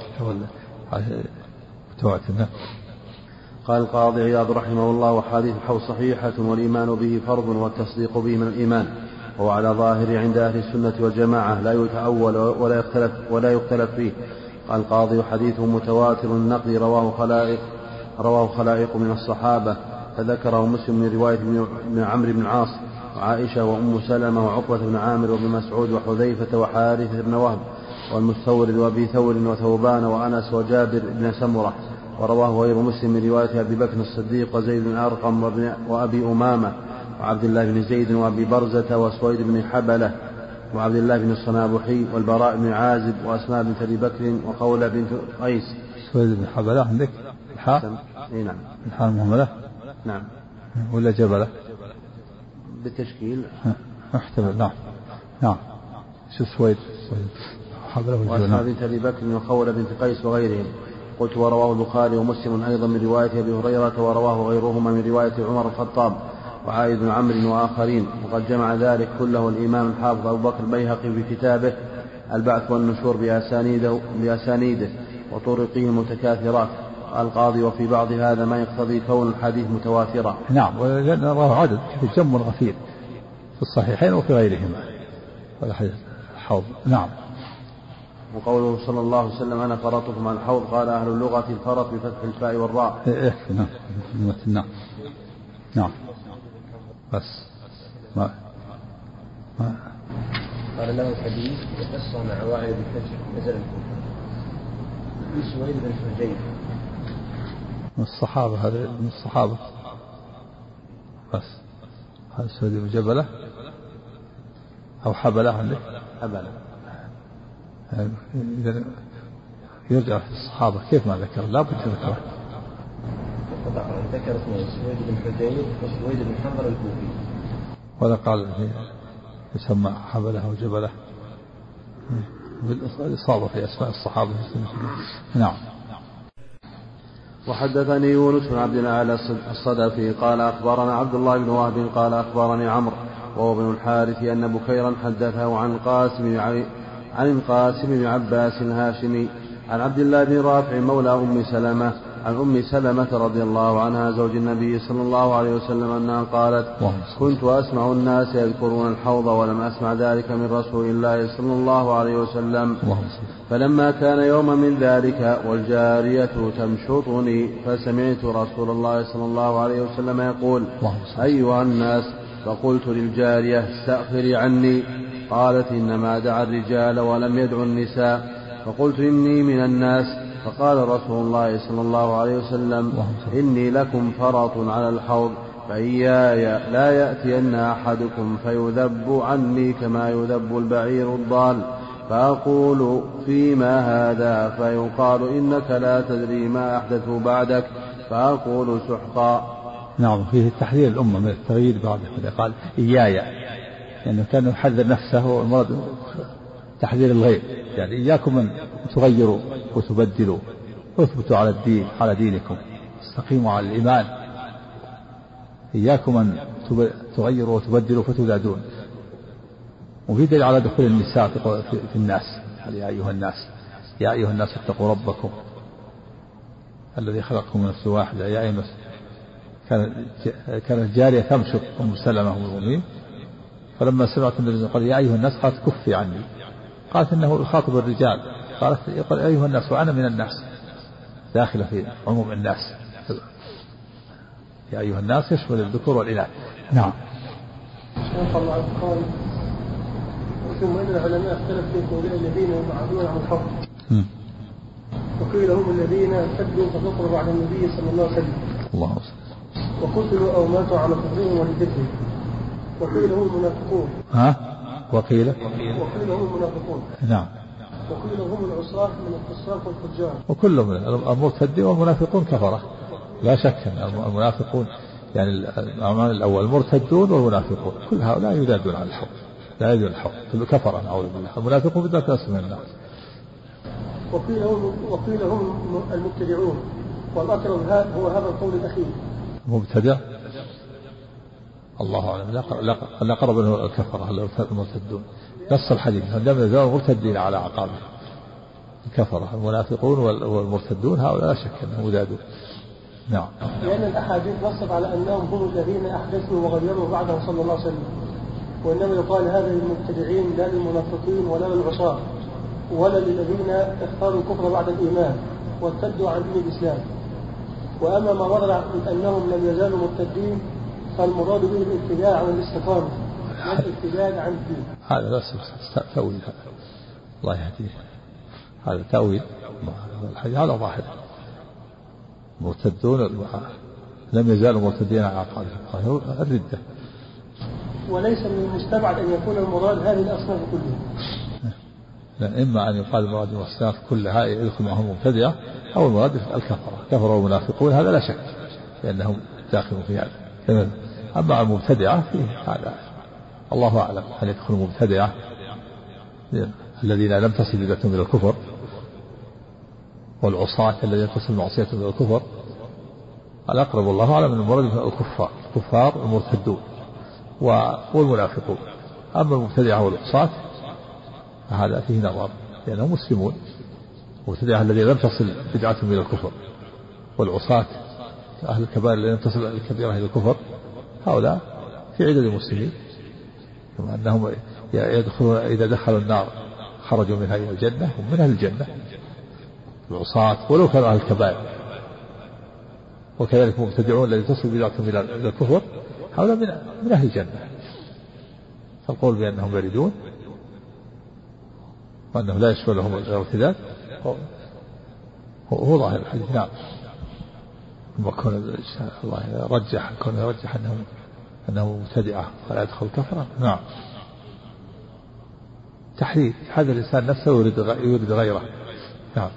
توعتنا. قال القاضي عياض رحمه الله وحديث الحوض صحيحة والإيمان به فرض والتصديق به من الإيمان، وهو على ظاهر عند أهل السنة والجماعة لا يتأول ولا يختلف ولا يختلف فيه. قال القاضي وحديثه متواتر النقل رواه خلائق رواه خلائق من الصحابة، فذكره مسلم من رواية ابن عمرو بن العاص وعائشة وأم سلمة وعقبة بن عامر وابن مسعود وحذيفة وحارثة بن وهب والمستورد وأبي ثور وثوبان وأنس وجابر بن سمرة. ورواه غير مسلم من رواية أبي بكر الصديق وزيد بن أرقم وأبي أمامة وعبد الله بن زيد وأبي برزة وسويد بن حبلة وعبد الله بن الصنابحي والبراء بن عازب وأسماء بنت أبي بكر وخولة بنت قيس. سويد بن حبلة عندك الحاء؟ اي نعم. الحاء المهملة؟ نعم. ولا جبلة؟ بالتشكيل احتمل. نعم نعم. شو سويد حبلة وأسماء بنت أبي بكر وخولة بنت قيس وغيرهم. قلت ورواه البخاري ومسلم أيضا من رواية أبي هريرة ورواه غيرهما من رواية عمر الخطاب وعائد بن عمرو وآخرين. وقد جمع ذلك كله الإمام الحافظ أبو بكر البيهقي في كتابه البعث والنشور بأسانيده, بأسانيده وطرقه المتكاثرات. القاضي وفي بعض هذا ما يقتضي كون الحديث متواترا. نعم، ولأن رواه عدد جم غفير في الصحيحين وفي غيرهما الحوض. نعم. وقوله صلى الله عليه وسلم أنا فرطكم على الحوض قال أهل اللغة الفرط بفتح الفاء والراء. إيه نعم نعم نعم بس ما ما قال له الحديث وقصة مع وائل بن حجر نزل الكوفة من سويد بن حجير من الصحابة. هذا من الصحابة بس. هذا سويد بن جبلة أو حبلة عندك؟ حبلة. إذا يرجع في الصحابة كيف ما ذكر؟ لا بد ذكره. ذكر اثنين سويد بن حجير وسويد بن حمر الكوفي. ولا قال يسمى حبلة أو جبلة بالإصابة في أسماء الصحابة. نعم. وحدثني يونس بن عبد الأعلى الصدفي قال أخبرنا عبد الله بن وهب قال أخبرني عمرو وهو بن الحارث أن بكيرا حدثه عن القاسم عن القاسم بن عباس الهاشمي عن عبد الله بن رافع مولى أم سلمة عن أم سلمة رضي الله عنها زوج النبي صلى الله عليه وسلم أنها قالت كنت أسمع الناس يذكرون الحوض ولم أسمع ذلك من رسول الله صلى الله عليه وسلم. فلما كان يوم من ذلك والجارية تمشطني فسمعت رسول الله صلى الله عليه وسلم يقول أيها الناس، فقلت للجارية استغفري عني، قالت إنما دعا الرجال ولم يدعو النساء، فقلت إني من الناس، فقال رسول الله صلى الله عليه وسلم إني لكم فرط على الحوض فإياي لا يأتين أحدكم فيذب عني كما يذب البعير الضال فأقول فيما هذا فيقال إنك لا تدري ما أحدثوا بعدك فأقول سحقا. نعم فيه تحذير الأمة من التغيير بعده قال إياي يعني كان يحذر نفسه والمرض تحذير الغير يعني إياكم أن تغيروا وتبدلوا واثبتوا على الدين على دينكم استقيموا على الإيمان إياكم أن تغيروا وتبدلوا فتزادون. وفي دليل على دخول النساء في الناس يا أيها الناس يا أيها الناس اتقوا ربكم الذي خلقكم من نفس واحدة يا أيها الناس. كانت جارية تمشط أم سلمة أم المؤمنين فلما سمعت النبي قال يا أيها الناس قالت كفي عني قالت إنه يخاطب الرجال قالت يقول أيها الناس وأنا من الناس داخلة في عموم الناس يا أيها الناس يشمل الذكور والإناث. نعم. ثم إن العلماء اختلف في هؤلاء الذين يبعدون عن الحق وقيل هم الذين ارتدوا فكفروا بعد النبي صلى الله عليه وسلم الله وقتلوا أو ماتوا على كفرهم وردتهم وقيل هم المنافقون. ها وقيل وقيل هم المنافقون. نعم. وقيل هم العصاة من الفساق والفجار وكلهم المرتدين والمنافقون كفرة لا شك أن المنافقون يعني الأعمال الأول المرتدون والمنافقون كل هؤلاء ينادون على الحق لا يدون الحق كل كفرة نعوذ بالله. المنافقون بالذات اسم الناس. وقيل هم وقيل هم المبتدعون والأقرب هو هذا القول الأخير. مبتدع الله أعلم لا قرب منه الكفرة المرتدون نص الحديث عندما يزال مرتدين على عقابه الكفرة المنافقون والمرتدون هؤلاء لا شك أنهم يزادون. نعم. لأن الأحاديث نصت على أنهم هم الذين أحدثوا وغيروا بعده صلى الله عليه وسلم وإنما يقال هذا للمبتدعين لا للمنافقين ولا للعصاة ولا للذين اختاروا الكفر بعد الإيمان وارتدوا عن دين الإسلام. وأما ما ورد من أنهم لم يزالوا مرتدين فالمراد به الابتداع عن الاستقامة لا الابتداع عن الدين. هذا لا تأويل الله يهديه هذا تأويل هذا ظاهر مرتدون لم يزالوا مرتدين على عقابهم الردة. وليس من المستبعد أن يكون المراد هذه الأصناف كلها. لا إما أن يقال المراد والأصناف كلها يدخل معهم مبتدعة أو المراد الكفرة كفروا المنافقون هذا لا شك لأنهم داخلون في هذا. أما المبتدعة فيه هذا الله أعلم هل يدخل مبتدعة الذين لم تصل بدعتهم إلى الكفر والعصاة الذين تصل معصيتهم إلى الكفر الأقرب الله أعلم من المراد الكفار الكفار المرتدون والمنافقون. أما المبتدعة والعصاة فهذا فيه نظر لأنهم مسلمون المبتدعة الذين لم تصل بدعتهم إلى الكفر والعصاة أهل الكبائر الذين لم تصل الكبيرة إلى الكفر هؤلاء في عدد المسلمين كما أنهم يدخلون إذا دخلوا النار خرجوا منها إلى الجنة هم من أهل الجنة العصاة ولو كانوا أهل الكبائر. وكذلك مبتدعون الذين تصل بدعتهم إلى الكفر هؤلاء من من أهل الجنة. فالقول بأنهم يردون وأنه لا يشمل لهم الارتداد هو ظاهر الحديث. نعم. وكون الله رجح كون يرجح أنه أنه مبتدعة ولا يدخل كفرة. نعم. تحريف هذا الإنسان نفسه يريد يريد غيره. نعم.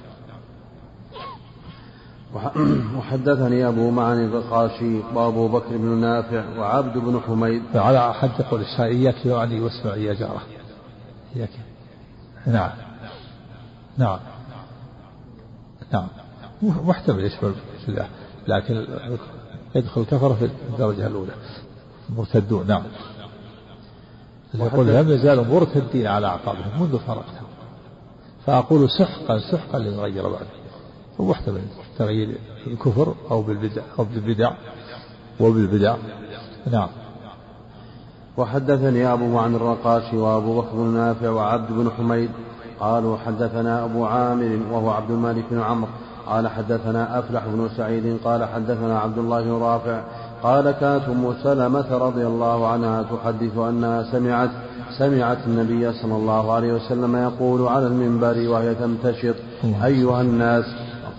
وحدثني أبو معن الرقاشي وأبو بكر بن نافع وعبد بن حميد على حد يقول إياك يعني واسمع يا جارة إياك. نعم نعم نعم محتمل يشمل الله لكن يدخل كفر في الدرجة الأولى مرتدون. نعم. يقول لم يزالوا مرتدين على أعقابهم منذ فرقتهم فأقول سحقا سحقا لنغير بعد ومحتمل تغيير الكفر أو بالبدع أو بالبدع وبالبدع. نعم. وحدثني أبو معن الرقاشي وأبو بكر بن نافع وعبد بن حميد قالوا حدثنا أبو عامر وهو عبد الملك بن عمرو قال حدثنا أفلح بن سعيد قال حدثنا عبد الله بن رافع قال كانت أم سلمة رضي الله عنها تحدث أنها سمعت سمعت النبي صلى الله عليه وسلم يقول على المنبر وهي تمتشط أيها الناس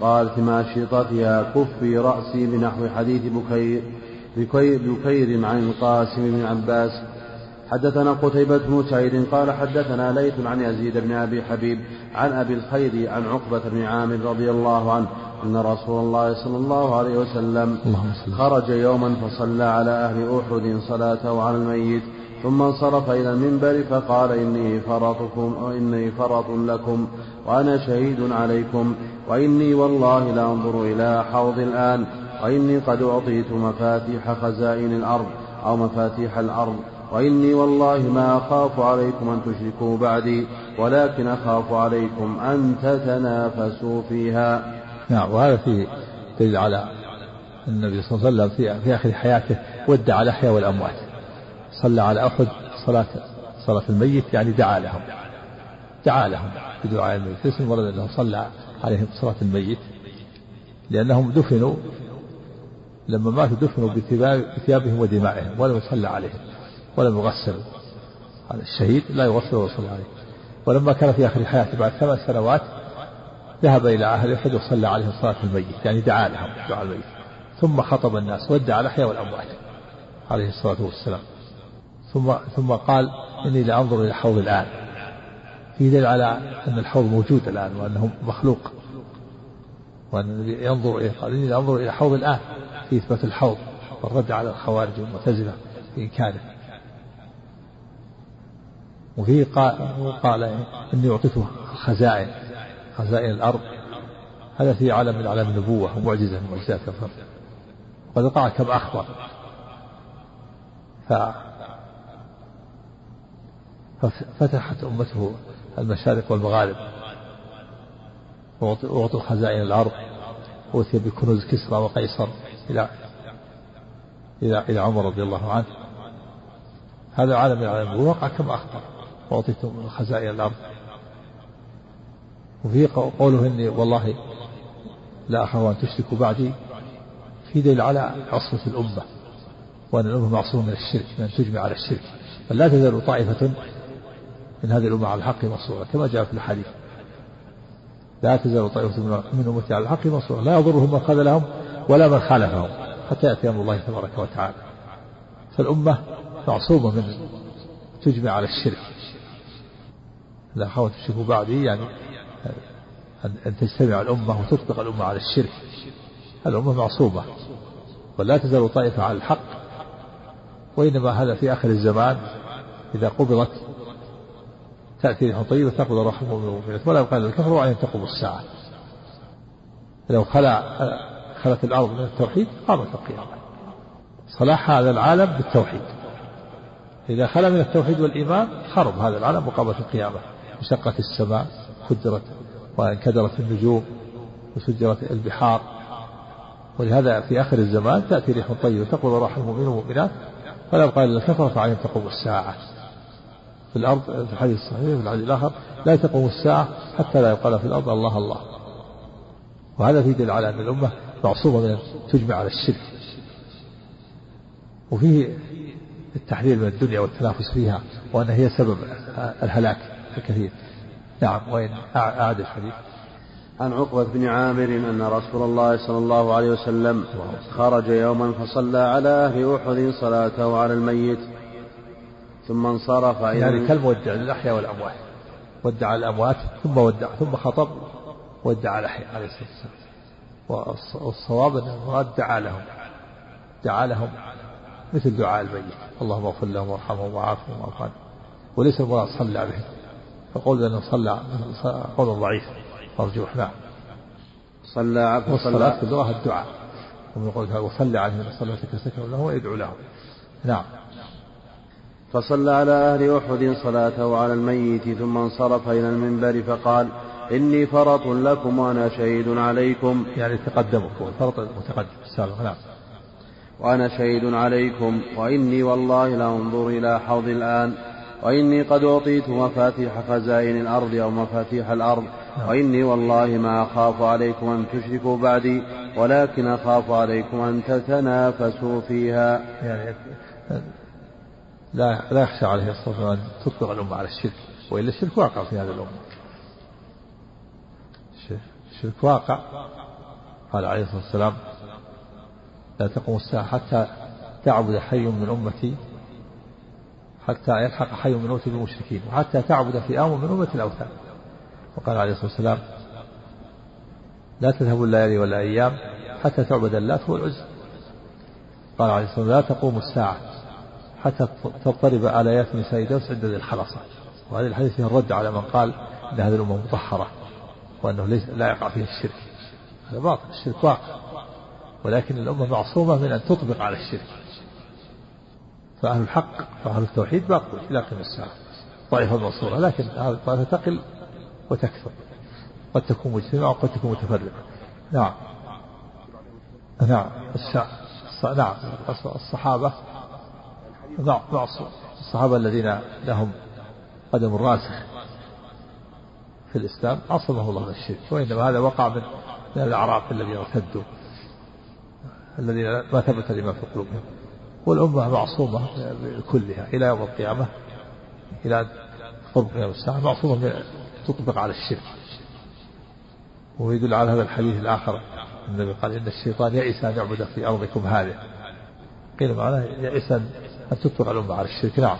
قالت مع شيطتها كفي رأسي بنحو حديث بكير بكير عن القاسم بن عباس. حدثنا قتيبة بن سعيد قال حدثنا ليث عن يزيد بن أبي حبيب عن أبي الخير عن عقبة بن عامر رضي الله عنه أن رسول الله صلى الله عليه وسلم خرج يوما فصلى على أهل أحد صلاته على الميت ثم انصرف إلى المنبر فقال إني فرطكم وإني فرط لكم وأنا شهيد عليكم وإني والله لا أنظر إلى حوض الآن وإني قد أعطيت مفاتيح خزائن الأرض أو مفاتيح الأرض وإني والله ما أخاف عليكم أن تشركوا بعدي ولكن أخاف عليكم أن تتنافسوا فيها. نعم. وهذا في دليل على النبي صلى الله عليه وسلم في آخر حياته ودع الأحياء والأموات، صلى على أحد صلاة صلاة الميت يعني دعا لهم دعا لهم بدعاء الميت، ليس المراد أنه صلى عليهم صلاة الميت، لأنهم دفنوا لما ماتوا دفنوا بثيابهم ودمائهم ولم يصلى عليهم ولم يغسلوا. هذا الشهيد لا يغسل ويصلى عليه. ولما كان في آخر حياته بعد ثمان سنوات ذهب إلى أهل أحد وصلى عليهم صلاة الميت يعني دعا لهم دعاء الميت، ثم خطب الناس ودع الأحياء والأموات عليه الصلاة والسلام. ثم ثم قال إني لأنظر إلى حوض الآن، في دليل على أن الحوض موجود الآن وأنه مخلوق، وأن النبي ينظر إليه قال إني لأنظر إلى حوض الآن في إثبات الحوض والرد على الخوارج والمعتزلة في إنكاره. وفيه قال, قال إني أعطيته خزائن خزائن الأرض، هذا في عالم من أعلام النبوة ومعجزة من معجزات الفرد، وقد وقع كما أخبر. ف ففتحت أمته المشارق والمغارب وأعطوا خزائن الأرض وأتي بكنوز كسرى وقيصر إلى إلى إلى عمر رضي الله عنه. هذا عالم من العالم ووقع كما أخبر وأعطيتم خزائن الأرض. وفي قوله إني والله لا أخاف أن تشركوا بعدي في دليل على عصمة الأمة وأن الأمة معصومة من الشرك، من أن تجمع على الشرك، فلا تزال طائفة من هذه الأمة على الحق منصورة كما جاء في الحديث لا تزال طائفة من أمتي على الحق منصورة لا يضرهم من خذلهم ولا من خالفهم حتى يأتي أمر الله تبارك وتعالى. فالأمة معصومة من تجمع على الشرك. لا خاف تشركوا بعدي يعني أن تجتمع الأمة وتطبق الأمة على الشرك. الأمة معصومة ولا تزال طائفة على الحق، وإنما هذا في آخر الزمان إذا قبضت تأتي ريح طيبة تقبض روح المؤمنات ولا يبقى الكفر وعليهم تقوم الساعة. لو خلع خلت الأرض من التوحيد قامت القيامة. صلاح هذا العالم بالتوحيد، إذا خلى من التوحيد والإيمان خرب هذا العالم وقامت القيامة. انشقت السماء فجرت وانكدرت النجوم وسجرت البحار. ولهذا في آخر الزمان تأتي ريح طيبة تقبض روح المؤمنين والمؤمنات ولا يبقى إلا الكفر فعليهم تقوم الساعة. في الأرض في الحديث الصحيح في الحديث الآخر لا تقوم الساعة حتى لا يقال في الأرض الله الله. وهذا في دليل على أن الأمة معصومة من تجمع على الشرك. وفيه التحذير من الدنيا والتنافس فيها وأنها هي سبب الهلاك الكثير. نعم. وإن أعاد الحديث عن عقبة بن عامر أن رسول الله صلى الله عليه وسلم خرج يوما فصلى على أهل أحد صلاته على الميت ثم انصرف إلى يعني كالمودع للأحياء والأموات، ودع الأموات ثم ودع ثم خطب ودع الأحياء عليه الصلاة والسلام. والصواب أن المراد دعا لهم دعا لهم مثل دعاء الميت اللهم اغفر لهم وارحمهم وعافهم واعف عنهم، وليس المراد صلى بهم، فقول أنه صلى قول ضعيف مرجوح. نعم. صلى والصلاة في اللغة الدعاء، ومن قولها وصلى عليهم إن صلاتك سكن له ويدعو لهم. نعم. فصلى على أهل أحد صلاته على الميت ثم انصرف إلى المنبر فقال إني فرط لكم وأنا شهيد عليكم، يعني تقدمكم فرط متقدم السابق. نعم. وأنا شهيد عليكم وإني والله لا أنظر إلى حوض الآن وإني قد أعطيت مفاتيح خزائن الأرض أو مفاتيح الأرض وإني والله ما أخاف عليكم أن تشركوا بعدي ولكن أخاف عليكم أن تتنافسوا فيها. يعني لا لا يخشى عليه الصلاة والسلام أن تطلق الأمة على الشرك، وإلا الشرك واقع في هذه الأمة. الشرك واقع قال عليه الصلاة والسلام لا تقوم الساعة حتى تعبد حي من أمتي حتى يلحق حي من أمتي بالمشركين وحتى تعبد فئام من أمتي الأوثان. وقال عليه الصلاة والسلام لا تذهب الليالي والأيام حتى تعبد اللات والعزى. قال عليه الصلاة والسلام لا تقوم الساعة حتى تضطرب آليات نساء دوس عند ذي الحلصة. وهذه الحديث فيه الرد على من قال إن هذه الأمة مطهرة وأنه ليس لا يقع فيها الشرك. هذا باطل، الشرك واقع، ولكن الأمة معصومة من أن تطبق على الشرك. فأهل الحق وأهل التوحيد باقوا إلى قيام الساعة طائفة منصورة، لكن هذه الطائفة تقل وتكثر، قد تكون مجتمعة وقد تكون متفرقة. نعم نعم نعم الصحابة معصوم، الصحابة الذين لهم قدم راسخ في الإسلام عصمه الله من الشرك، وإنما هذا وقع من من الأعراب الذين ارتدوا الذين ما ثبت لما في قلوبهم. والأمة معصومة كلها إلى يوم القيامة، إلى قرب قيام الساعة معصومة من تطبق على الشرك. ويدل على هذا الحديث الآخر النبي قال إن الشيطان يئس أن يعبد في أرضكم هذه، قيل معناه يئس أن تطبق الأمة على الشرك. نعم.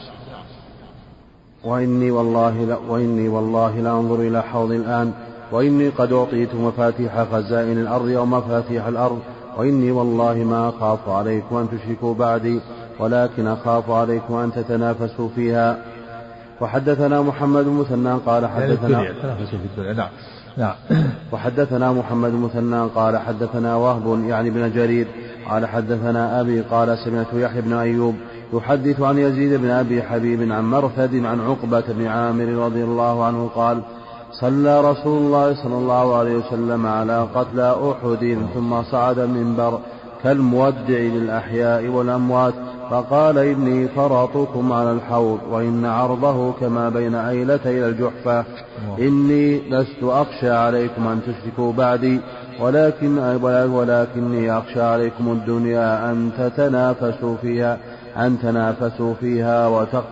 وإني والله لا وإني والله لا أنظر إلى حوض الآن، وإني قد أعطيت مفاتيح خزائن الأرض أو مفاتيح الأرض، وإني والله ما أخاف عليكم أن تشركوا بعدي، ولكن أخاف عليكم أن تتنافسوا فيها. وحدثنا محمد المثنى قال حدثنا نعم نعم وحدثنا محمد المثنى قال حدثنا وهب يعني بن جرير قال حدثنا أبي قال سمعت يحيى بن أيوب يحدث عن يزيد بن أبي حبيب عن مرثد عن عقبة بن عامر رضي الله عنه قال صلى رسول الله صلى الله عليه وسلم على قتلى أحد ثم صعد المنبر كالمودع للأحياء والأموات فقال إني فرطكم على الحوض وإن عرضه كما بين أيلتي إلى الجحفة، إني لست أخشى عليكم أن تشركوا بعدي، ولكن ولكني أخشى عليكم الدنيا أن تتنافسوا فيها أن تنافسوا فيها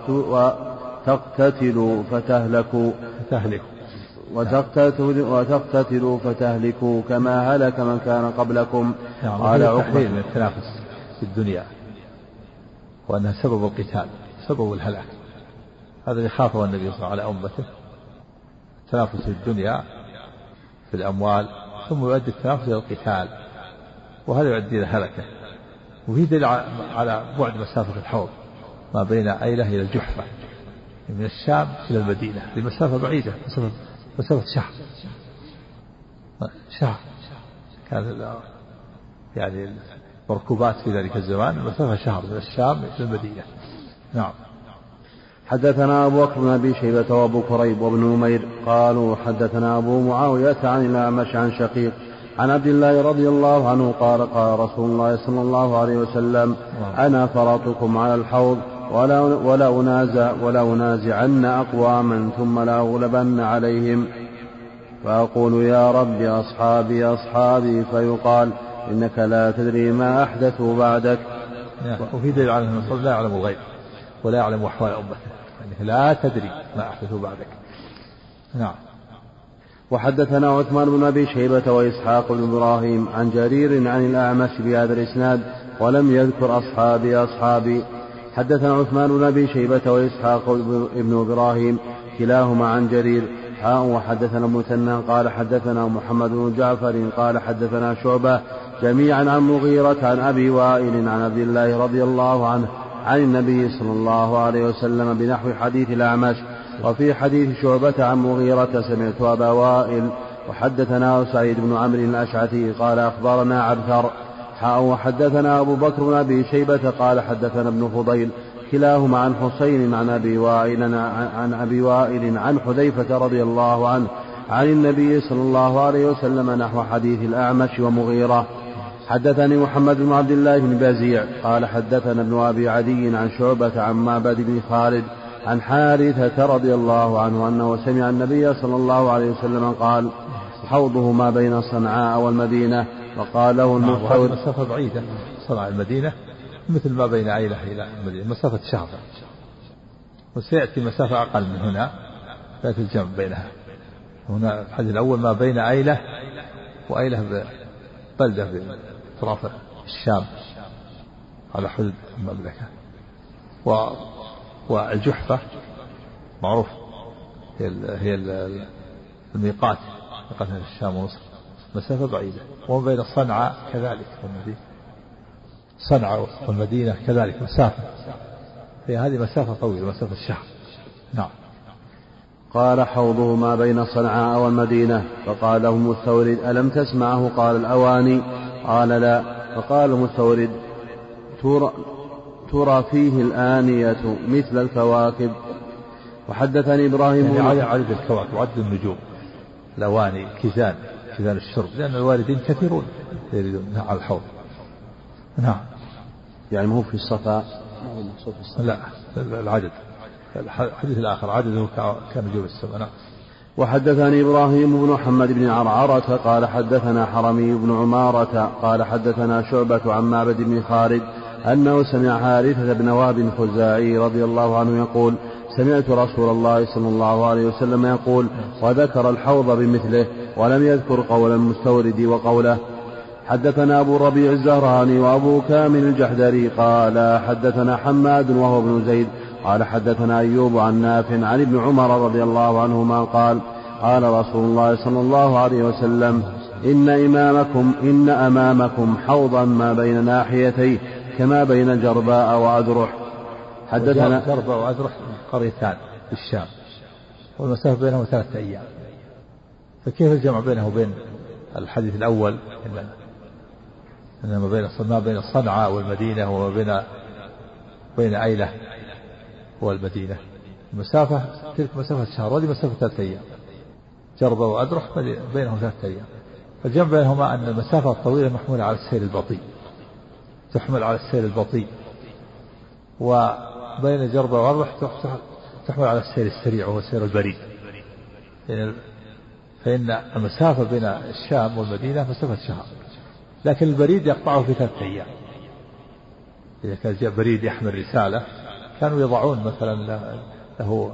وتقتتلوا فتهلكوا وتقتتلوا فتهلكوا كما هلك من كان قبلكم. قال عقبة من التنافس في الدنيا وأنها سبب القتال سبب الهلاك، هذا اللي خافه النبي صلى الله عليه وسلم على أمته، التنافس في الدنيا في الأموال ثم يؤدي التنافس إلى القتال، وهذا يؤدي إلى هلكه. وفي دليل على بعد مسافة الحوض ما بين أيلة إلى الجحفة من الشام إلى المدينة لمسافة بعيدة، مسافة مسافة شهر شهر كان يعني مركوبات في ذلك الزمان مسافة شهر من الشام إلى المدينة. نعم. حدثنا أبو بكر بن أبي شيبة وأبو كريب وابن نمير قالوا حدثنا أبو معاوية عن الأعمش عن شقيق عن عبد الله رضي الله عنه قال قال رسول الله صلى الله عليه وسلم أنا فرطكم على الحوض ولا, ولا, أنازع ولا أنازعن أقواما ثم لا أغلبن عليهم فأقول يا رب أصحابي أصحابي فيقال إنك لا تدري ما أحدثوا بعدك. وفي دليل على أن لا يعلم الغيب ولا يعلم أحوال أمته، إنك لا تدري ما أحدثوا بعدك. نعم. وحدثنا عثمان بن أبي شيبة وإسحاق بن إبراهيم عن جرير عن الأعمش بهذا الإسناد ولم يذكر أصحابي أصحابي. حدثنا عثمان بن أبي شيبة وإسحاق بن إبراهيم كلاهما عن جرير حاء. وحدثنا مثنى قال حدثنا محمد بن جعفر قال حدثنا شعبة جميعا عن مغيرة عن أبي وائل عن عبد الله رضي الله عنه عن النبي صلى الله عليه وسلم بنحو حديث الأعمش. وفي حديث شعبة عن مغيرة سمعت أبا وائل. وحدثنا سعيد بن عمرو الأشعثي قال أخبرنا عبثر حاء. وحدثنا أبو بكر بن أبي شيبة قال حدثنا ابن فضيل كلاهما عن حسين عن أبي وائل عن أبي وائل عن حذيفة رضي الله عنه عن النبي صلى الله عليه وسلم نحو حديث الأعمش ومغيرة. حدثني محمد بن عبد الله بن بزيع قال حدثنا ابن أبي عدي عن شعبة عن معبد بن خالد عن حارثة رضي الله عنه أنه سمع النبي صلى الله عليه وسلم قال حوضه ما بين صنعاء والمدينة. وقال له المستورد مسافة بعيدة صنعاء المدينة مثل ما بين عيلة إلى المدينة مسافة شهر، وسيأتي مسافة أقل من هنا لا الجمع بينها. هنا الحديث الأول ما بين عيلة وعيلة بلدة بأطراف الشام على حدود المملكة. و والجحفة معروف هي ال... هي ال... الميقات ميقات الشام ومصر، مسافة بعيدة. وما بين صنعاء كذلك والمدينة، صنعاء والمدينة كذلك مسافة، هي هذه مسافة طويلة، مسافة شهر. نعم. قال حوضه ما بين صنعاء والمدينة. فقال له مستورد ألم تسمعه؟ قال الأواني. قال لا. فقال مستورد ترى, ترى فيه الآنية مثل الكواكب. وحدثني إبراهيم يعني عدد الكواكب وعدد النجوم، الأواني كيزان كيزان الشرب، لأن الواردين كثيرون يريدون على الحوض. نعم. يعني مو في الصفا؟ لا العدد، الحديث الآخر عدده كنجوم السماء. وحدثني إبراهيم بن محمد بن عرعرة قال حدثنا حرمي بن عمارة قال حدثنا شعبة عن معبد بن خالد أنه سمع حارثة بن وهب الخزاعي رضي الله عنه يقول سمعت رسول الله صلى الله عليه وسلم يقول، وذكر الحوض بمثله ولم يذكر قول المستورد وقوله. حدثنا أبو الربيع الزهراني وأبو كامل الجحدري قال حدثنا حماد وهو ابن زيد قال حدثنا أيوب عن نافع عن ابن عمر رضي الله عنهما قال قال رسول الله صلى الله عليه وسلم إن إمامكم إن أمامكم حوضا ما بين ناحيتيه كما بين جرباء وأدرح. حدثنا جرباء وأدرح قريتان في الشام والمسافة بينهم ثلاثة أيام، فكيف الجمع بينه وبين الحديث الأول إن ما بين ما بين صنعاء والمدينة وما بين بين أيلة والمدينة المسافة تلك مسافة شهر وهذه مسافة ثلاثة أيام. جربة وأدرح بينهم ثلاثة أيام، فالجمع بينهما أن المسافة الطويلة محمولة على السير البطيء، تحمل على السير البطيء، وبين جربة وأدرح تحمل على السير السريع وهو سير البريد. فإن المسافة بين الشام والمدينة مسافة شهر، لكن البريد يقطعه في ثلاثة أيام. إذا كان جاء بريد يحمل رسالة كانوا يضعون مثلا له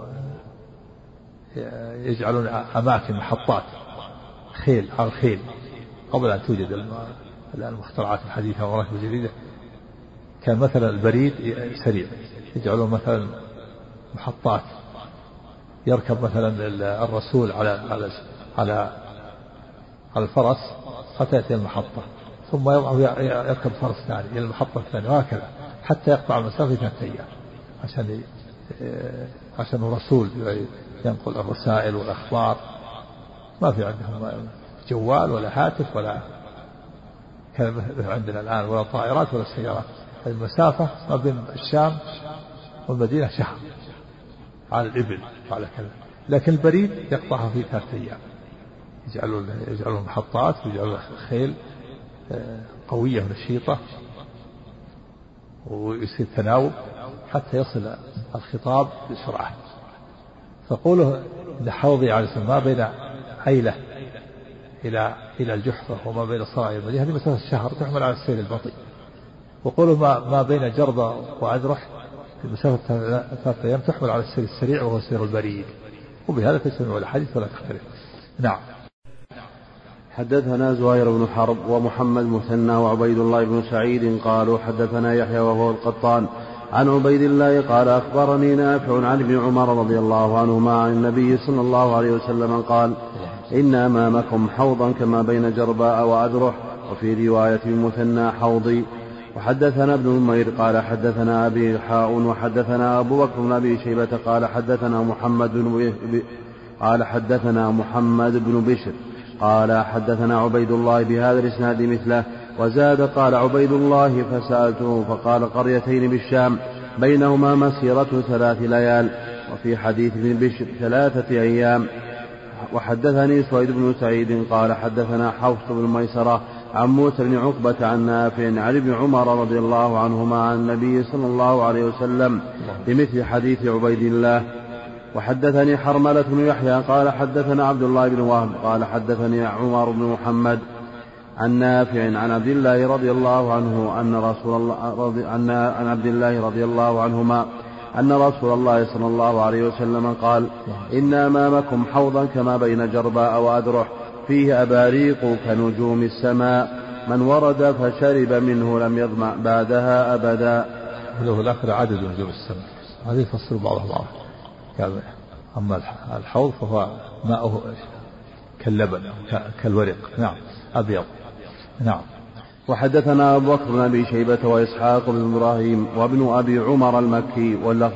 يجعلون أماكن محطات خيل على الخيل قبل أن توجد المخترعات الحديثة والراكب الجديدة. كان مثلا البريد سريع، يجعلون مثلا محطات يركب مثلا الرسول على على على على الفرس حتى يأتي المحطة، ثم يركب فرس ثاني إلى المحطة الثانية وهكذا حتى يقطع المسافة ثلاثة أيام، عشان عشان الرسول ينقل الرسائل والأخبار. ما في عندهم جوال ولا هاتف ولا كان عندنا الآن ولا طائرات ولا سيارات. المسافة ما بين الشام والمدينة شهر على الإبل وعلى كذا، لكن البريد يقطعها في ثلاثة أيام. يجعلون يجعلون محطات ويجعلون خيل قوية ونشيطة ويصير تناوب حتى يصل الخطاب بسرعة. فقوله إن حوضي على ما بين عيلة إلى إلى الجحفة وما بين صنعاء والمدينة هذه مسافة الشهر تحمل على السير البطيء. وقوله ما ما بين جربة وأدرح في مسافة ثلاثة أيام تحمل على السير السريع وهو سير البريد. وبهذا تجتمع الحديث ولا تختلف. نعم. حدثنا زهير بن حرب ومحمد مثنى وعبيد الله بن سعيد قالوا حدثنا يحيى وهو القطان عن عبيد الله قال أخبرني نافع عن ابن عمر رضي الله عنهما عن النبي صلى الله عليه وسلم قال إن أمامكم حوضا كما بين جرباء وأدرح، وفي رواية المثنى حوضي. وحدثنا ابن نمير قال حدثنا أبي حاء وحدثنا أبو بكر بن أبي شيبة قال حدثنا محمد بن قال حدثنا محمد بن بشر قال حدثنا عبيد الله بهذا الإسناد مثله، وزاد قال عبيد الله فسألته فقال قريتين بالشام بينهما مسيرة ثلاث ليال، وفي حديث ابن بشر ثلاثة أيام. وحدثني سويد بن سعيد قال حدثنا حفص بن ميسرة عن موسى بن عقبة عن نافع عن ابن عمر رضي الله عنهما عن النبي صلى الله عليه وسلم بمثل حديث عبيد الله. وحدثني حرملة بن يحيى قال حدثنا عبد الله بن وهب قال حدثني عمر بن محمد عن نافع عن عبد الله رضي الله عنه أن رسول الله رضي عن عبد الله رضي الله عنهما أن رسول الله صلى الله عليه وسلم قال إن أمامكم حوضا كما بين جرباء وأدرح فيه أباريق كنجوم السماء، من ورد فشرب منه لم يظمأ بعدها أبدا. له الآخر عدد نجوم السماء، هذه يفسر بعضها بعض. أما الحوض فهو ماءه كاللبن كالورق. نعم أبيض. نعم. وحدثنا أبو بكر بن أبي شيبة وإسحاق بن إبراهيم وابن أبي عمر المكي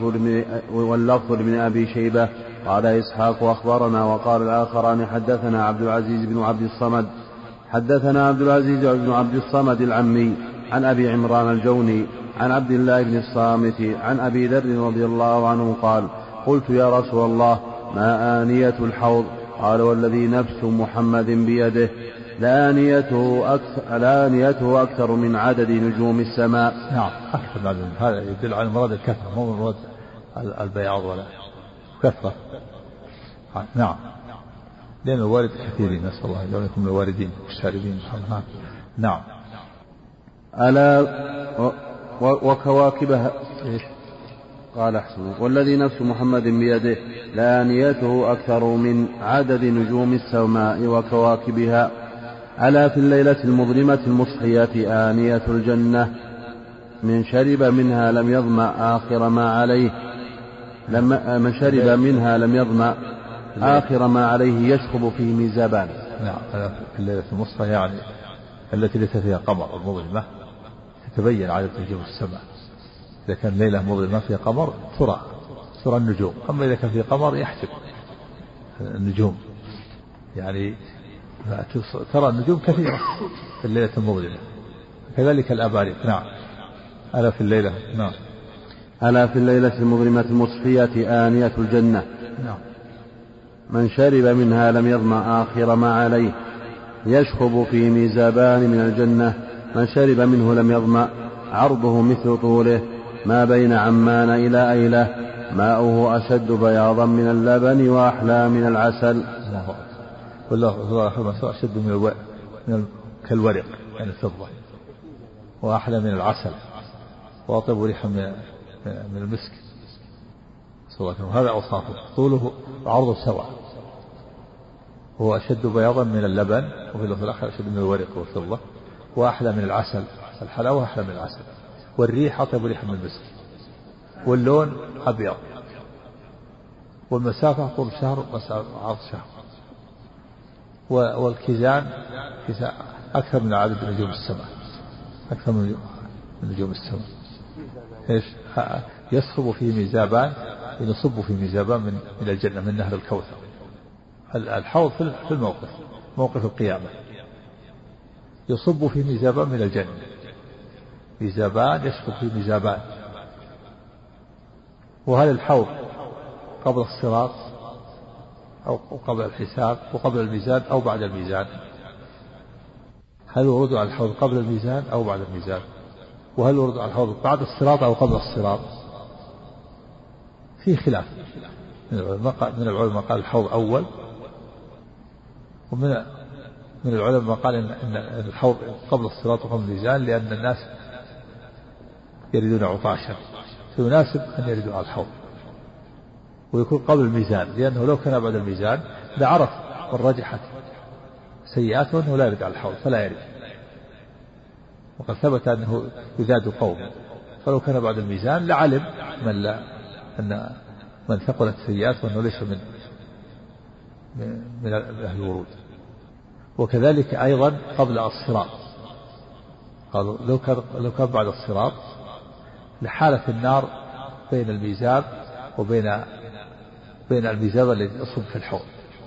واللفظ بن أبي شيبة قال إسحاق أخبرنا، وقال الآخران حدثنا عبد العزيز بن عبد الصمد حدثنا عبد العزيز بن عبد الصمد العمي عن أبي عمران الجوني عن عبد الله بن الصامت عن أبي ذر رضي الله عنه قال قلت يا رسول الله ما آنية الحوض؟ قال والذي نفس محمد بيده لآنيته أكثر, لآنيته أكثر من عدد نجوم السماء. نعم أكثر من عدد، هذا يدل على مراد الكثرة مو مراد البياض ولا كثرة. نعم لأن الوارد كثيرين، نسأل الله أن يكون الواردين والشاربين. نعم. ألا وكواكبها قال أحسن والذي نفس محمد بيده لآنيته أكثر من عدد نجوم السماء وكواكبها. ألا في الليلة المظلمة المصحية آنية الجنة من شرب منها لم يظمأ آخر ما عليه لما من شرب منها لم يظمأ آخر ما عليه يشخب فيه ميزابان. نعم في الليلة المصحية يعني التي ليس فيها قمر المظلمة تتبين عدد نجوم السماء. إذا كان ليلة مظلمة فيها قمر ترى ترى النجوم، أما إذا كان فيه قمر يحجب النجوم، يعني ترى النجوم كثيرة في الليلة المظلمة. كذلك الأباريق. نعم. ألا في الليلة. نعم. ألا في الليلة المظلمة المصفية آنية الجنة. نعم. من شرب منها لم يظمأ آخر ما عليه يشخب في ميزابان من الجنة. من شرب منه لم يظمأ عرضه مثل طوله ما بين عمان إلى أيلة ماؤه أشد بياضا من اللبن وأحلى من العسل. والله أشد من الو... من كالورق يعني الفضة وأحلى من العسل وأطيب ريحا من من المسك. هذا أوصافه، طوله وعرضه سواء، هو أشد بياضا من اللبن وفي اللفظ الآخر أشد من الورق والفضة وأحلى من العسل. الحلاوة أحلى من العسل، والريح أطيب ريحا من المسك، واللون أبيض، والمسافة طول شهر عرض شهر، والكيزان أكثر من عدد نجوم السماء، أكثر من نجوم السماء. إيش يصب فيه ميزابان، يصب في ميزابان من من الجنة من نهر الكوثر. الحوض في الموقف موقف القيامة يصب في ميزابان من الجنة، ميزابان يشرب في ميزابان. وهل الحوض قبل الصراط أو قبل الحساب وقبل الميزان أو بعد الميزان؟ هل ورد على الحوض قبل الميزان أو بعد الميزان؟ وهل ورد على الحوض بعد الصراط أو قبل الصراط؟ في خلاف من العلماء قال الحوض أول، ومن من العلماء قال إن الحوض قبل الصراط وقبل الميزان لأن الناس يريدون عطاشا فيناسب أن يردوا على الحوض، ويكون قبل الميزان لأنه لو كان بعد الميزان لعرف من رجحت سيئاته أنه لا يرد على الحوض فلا يرد، وقد ثبت أنه يزاد قوم، فلو كان بعد الميزان لعلم من لا أن من ثقلت سيئاته أنه ليس من من أهل الورود. وكذلك أيضا قبل الصراط قالوا لو كان لو كان بعد الصراط لحالة النار بين الميزاب وبين بين الميزاب الذي يصب في الحوض،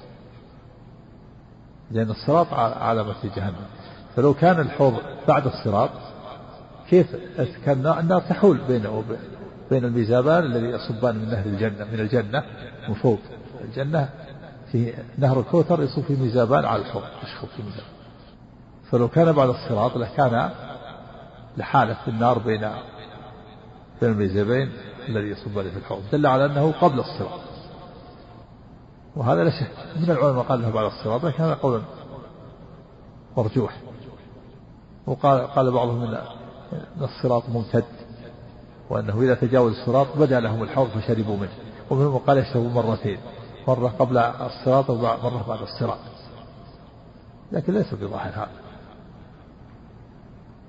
لأن الصراط علامة جهنم، فلو كان الحوض بعد الصراط كيف كان النار تحول بينه وبين بين الميزابان الذي يصبان من نهر الجنة من الجنة من فوق الجنة في نهر الكوثر يصب في ميزابان على الحوض يشخب في ميزاب. فلو كان بعد الصراط لكان لحالة النار بين بين الميزابين الذي يصبان في الحوض، دل على أنه قبل الصراط. وهذا لا شك من العلماء قال له بعد الصراط، لكن هذا قول مرجوح. وقال قال بعضهم ان الصراط ممتد، وانه اذا تجاوز الصراط بدا لهم الحوض فشربوا منه، ومنهم قال يشربوا مرتين، مره قبل الصراط ومره بعد الصراط، لكن ليس بظاهر هذا.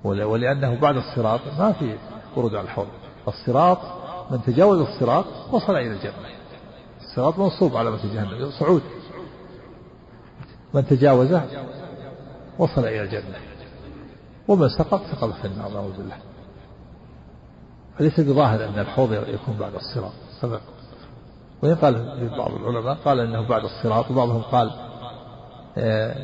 ولأنه بعد الصراط ما في ورود على الحوض. الصراط من تجاوز الصراط وصل إلى الجنة. الصراط منصوب على مثل جهنم صعود، من تجاوزه وصل إلى الجنة، ومن سقط سقط في النار نعوذ بالله. فليس بظاهر أن الحوض يكون بعد الصراط سبق. وإن قال بعض العلماء قال أنه بعد الصراط، وبعضهم قال آه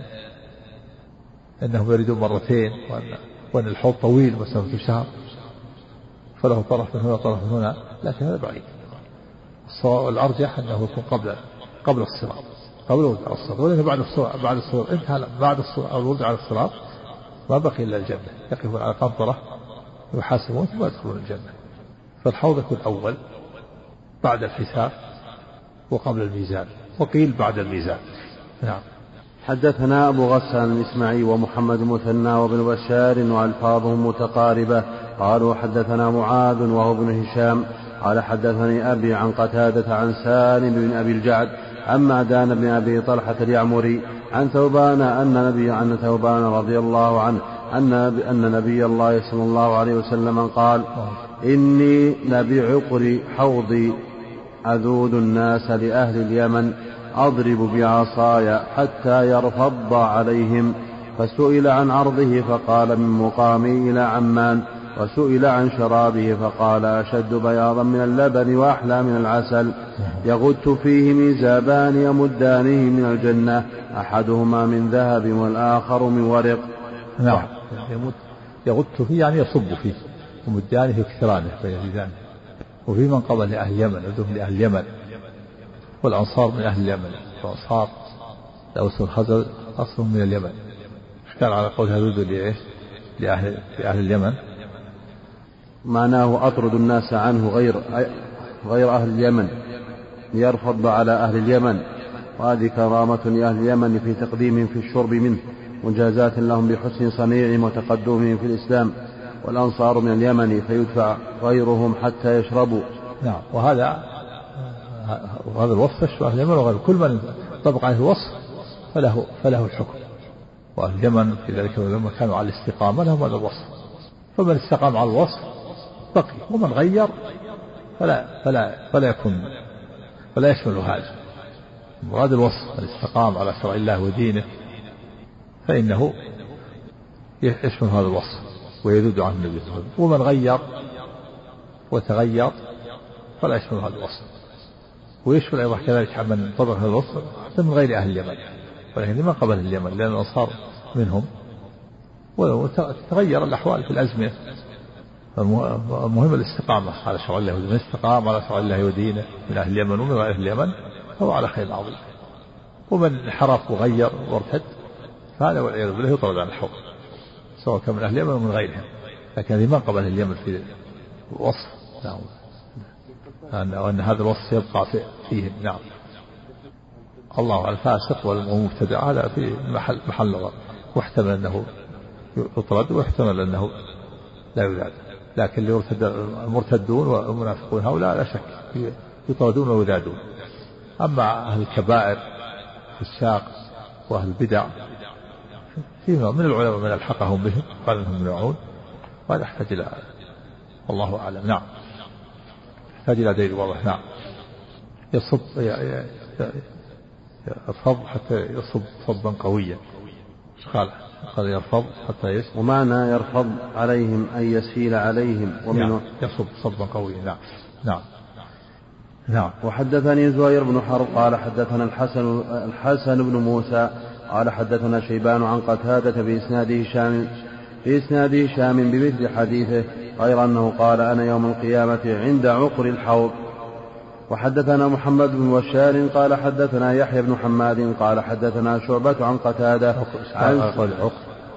أنهم يريدون مرتين، وأن, وأن الحوض طويل مسافة شهر فله طرف من هنا طرف من هنا، لكن هذا بعيد. الأرجح أنه يكون قبل قبل الصراط، قبل الورود على الصراط. ولكن بعد الصراط بعد الصراط انتهى بعد الورود على الصراط ما بقي إلا الجنة، يقفون على قنطرة يحاسبون ثم يدخلون الجنة. فالحوض يكون أول بعد الحساب وقبل الميزان، وقيل بعد الميزان. نعم. حدثنا أبو غسان الإسماعيلي ومحمد المثنى وابن بشار وألفاظهم متقاربة قالوا حدثنا معاذ وهو ابن هشام قال حدثني أبي عن قتادة عن سالم بن أبي الجعد عن معدان بن أبي طلحة اليعمري عن ثوبان أن نبي عن ثوبان رضي الله عنه أن أن نبي الله صلى الله عليه وسلم قال إني لبعقر حوضي أذود الناس لأهل اليمن أضرب بعصاي حتى يرفض عليهم. فسئل عن عرضه فقال من مقامي إلى عمان، وسئل عن شرابه فقال أشد بياضا من اللبن وأحلى من العسل، يغت فيه ميزابان يمدانه من الجنة أحدهما من ذهب والآخر من ورق. نعم. يغت فيه يعني يصب فيه، ومدانه يكثرانه فيزيدانه. وفي من قبل لأهل اليمن، عندهم لأهل اليمن، والأنصار من أهل اليمن. الأنصار الأوس والخزرج أصلهم من اليمن. كان على قول هذول لإيش؟ لأهل لأهل اليمن. معناه أطرد الناس عنه غير غير أهل اليمن ليرفض على أهل اليمن، وهذه كرامة لأهل اليمن في تقديمهم في الشرب منه، مجازاة لهم بحسن صنيعهم وتقدمهم في الإسلام. والأنصار من اليمن فيدفع غيرهم حتى يشربوا. نعم. وهذا وهذا الوصف يشبه أهل اليمن وغير كل من طبق عليه الوصف فله فله الحكم. وأهل اليمن في ذلك لما كانوا على الاستقامة لهم هذا الوصف، فمن استقام على الوصف بقي، ومن غير فلا فلا فلا يكون فلا يشمل هذا. مراد الوصف الاستقام على شرع الله ودينه فإنه يشمل هذا الوصف ويذود عنه النبي صلى الله عليه وسلم. ومن غير وتغير فلا يشمل هذا الوصف، ويشمل أيضا كذلك من طبق هذا الوصف حتى من غير أهل اليمن، ولكن من قبل اليمن لأن الأنصار منهم. ولو تغير الأحوال في الأزمة، المهم الاستقامة على شرع الله، من استقام على شرع الله ودينه من أهل اليمن ومن غير أهل اليمن فهو على خير عظيم. ومن حرف وغير وارتد فهذا والعياذ بالله يطرد عن الحكم، سواء كان من أهل اليمن ومن غيرهم. لكن هذه من قبل اليمن في الوصف. نعم. وأن هذا الوصف يبقى فيهم. نعم. الله على الفاسق والمبتدع هذا في محل محل نظر، واحتمل أنه يطرد واحتمل أنه لا يذاد. لكن اللي المرتدون والمنافقون هؤلاء لا شك يطردون ويذادون. أما أهل الكبائر الفساق وأهل البدع فيما من العلماء من الحقهم بهم قال انهم يعون، وهذا يحتاج الى الله اعلم. نعم. يحتاج الى دليل واضح. نعم. يصب يرفض حتى يصب صبا قويا. قال قال يرفض حتى يصب، ومعنى يرفض عليهم أن يسيل عليهم ومنه نعم. يصب صبا قويا. نعم. نعم. نعم. وحدثني زهير بن حرب قال حدثنا الحسن الحسن بن موسى قال حدثنا شيبان عن قتادة بإسناد هشام بإسناد هشام بمثل حديثه غير أنه قال أنا يوم القيامة عند عقر الحوض. وحدثنا محمد بن بشار قال حدثنا يحيى بن حماد قال حدثنا شعبة عن قتادة عن العقر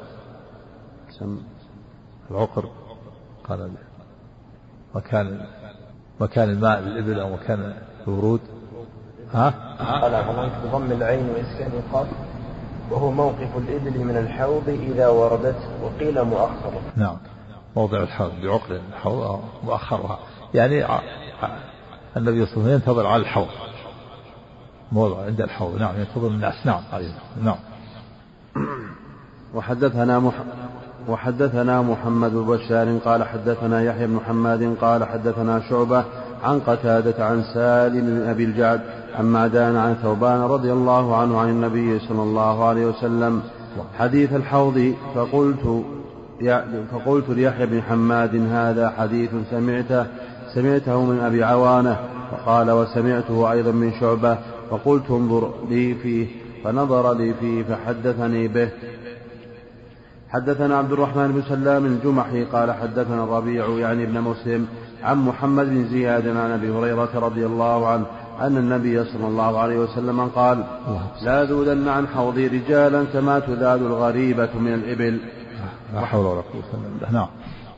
العقر قال مكان مكان الماء للإبل أو مكان الورود. ها قال بضم العين وإسكان القاف، وهو موقف الإبل من الحوض إذا وردت، وقيل مؤخرة. نعم. موضع الحوض بعقر الحوض مؤخرها، يعني النبي صلى الله عليه وسلم ينتظر على الحوض، موضع عند الحوض. نعم. ينتظر الناس. نعم. نعم. وحدثنا مح... وحدثنا محمد بن بشار قال حدثنا يحيى بن حماد قال حدثنا شعبة عن قتادة عن سالم بن أبي الجعد عن معدان عن ثوبان رضي الله عنه عن النبي صلى الله عليه وسلم حديث الحوض. فقلت فقلت ليحيى بن حماد هذا حديث سمعته سمعته من أبي عوانة. فقال وسمعته أيضا من شعبة. فقلت انظر لي فيه فنظر لي فيه فحدثني به. حدثنا عبد الرحمن بن سلام الجمحي قال حدثنا الربيع يعني ابن مسلم عن محمد بن زياد عن أبي هريرة رضي الله عنه أن النبي صلى الله عليه وسلم قال لا ذودن عن حوضي رجالا كما تذاد الغريبة من الإبل. لا حول ولا قوة إلا بالله. نعم.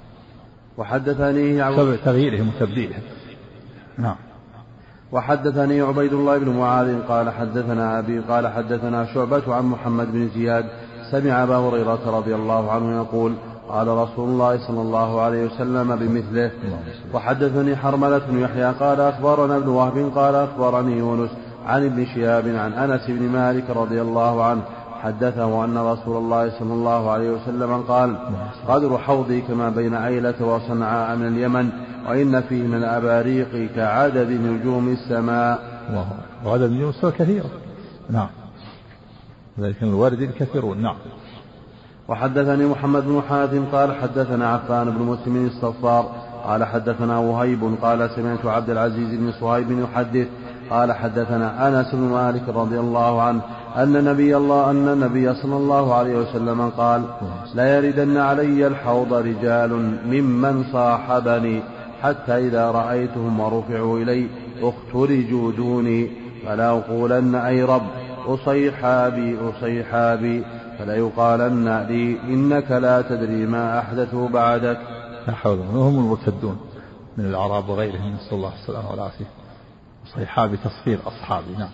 وحدثني سبب تغييرهم وتبديلهم. نعم. وحدثني عبيد الله بن معاذ قال حدثنا أبي قال حدثنا شعبة عن محمد بن زياد سمع أبا هريرة رضي الله عنه يقول قال رسول الله صلى الله عليه وسلم بمثله. وحدثني حرملة بن يحيى قال أخبرنا ابن وهب قال أخبرني يونس عن ابن شهاب عن أنس بن مالك رضي الله عنه حدثه أن رسول الله صلى الله عليه وسلم قال قدر حوضي كما بين أيلة وصنعاء من اليمن وإن فيه من الأباريق كعدد نجوم السماء. وعدد نجوم السماء كثيرة. نعم. ذلك الواردين كثيرون. نعم. وحدثني محمد بن حاتم قال حدثنا عفان بن مسلم الصفار قال حدثنا وهيب قال سمعت عبد العزيز بن صهيب يحدث قال حدثنا أنس بن مالك رضي الله عنه أن نبي الله أن النبي صلى الله عليه وسلم قال لا يردن علي الحوض رجال ممن صاحبني حتى إذا رأيتهم ورفعوا إلي اخترجوا دوني فلا أقولن أي رب أصيحابي أصيحابي فلا يقالن لي إنك لا تدري ما أحدثوا بعدك. لا حول ولا قوة. هم المرتدون من الأعراب وغيرهم نسأل الله السلامة والعافية. صيحابي تصفير أصحابي. نعم.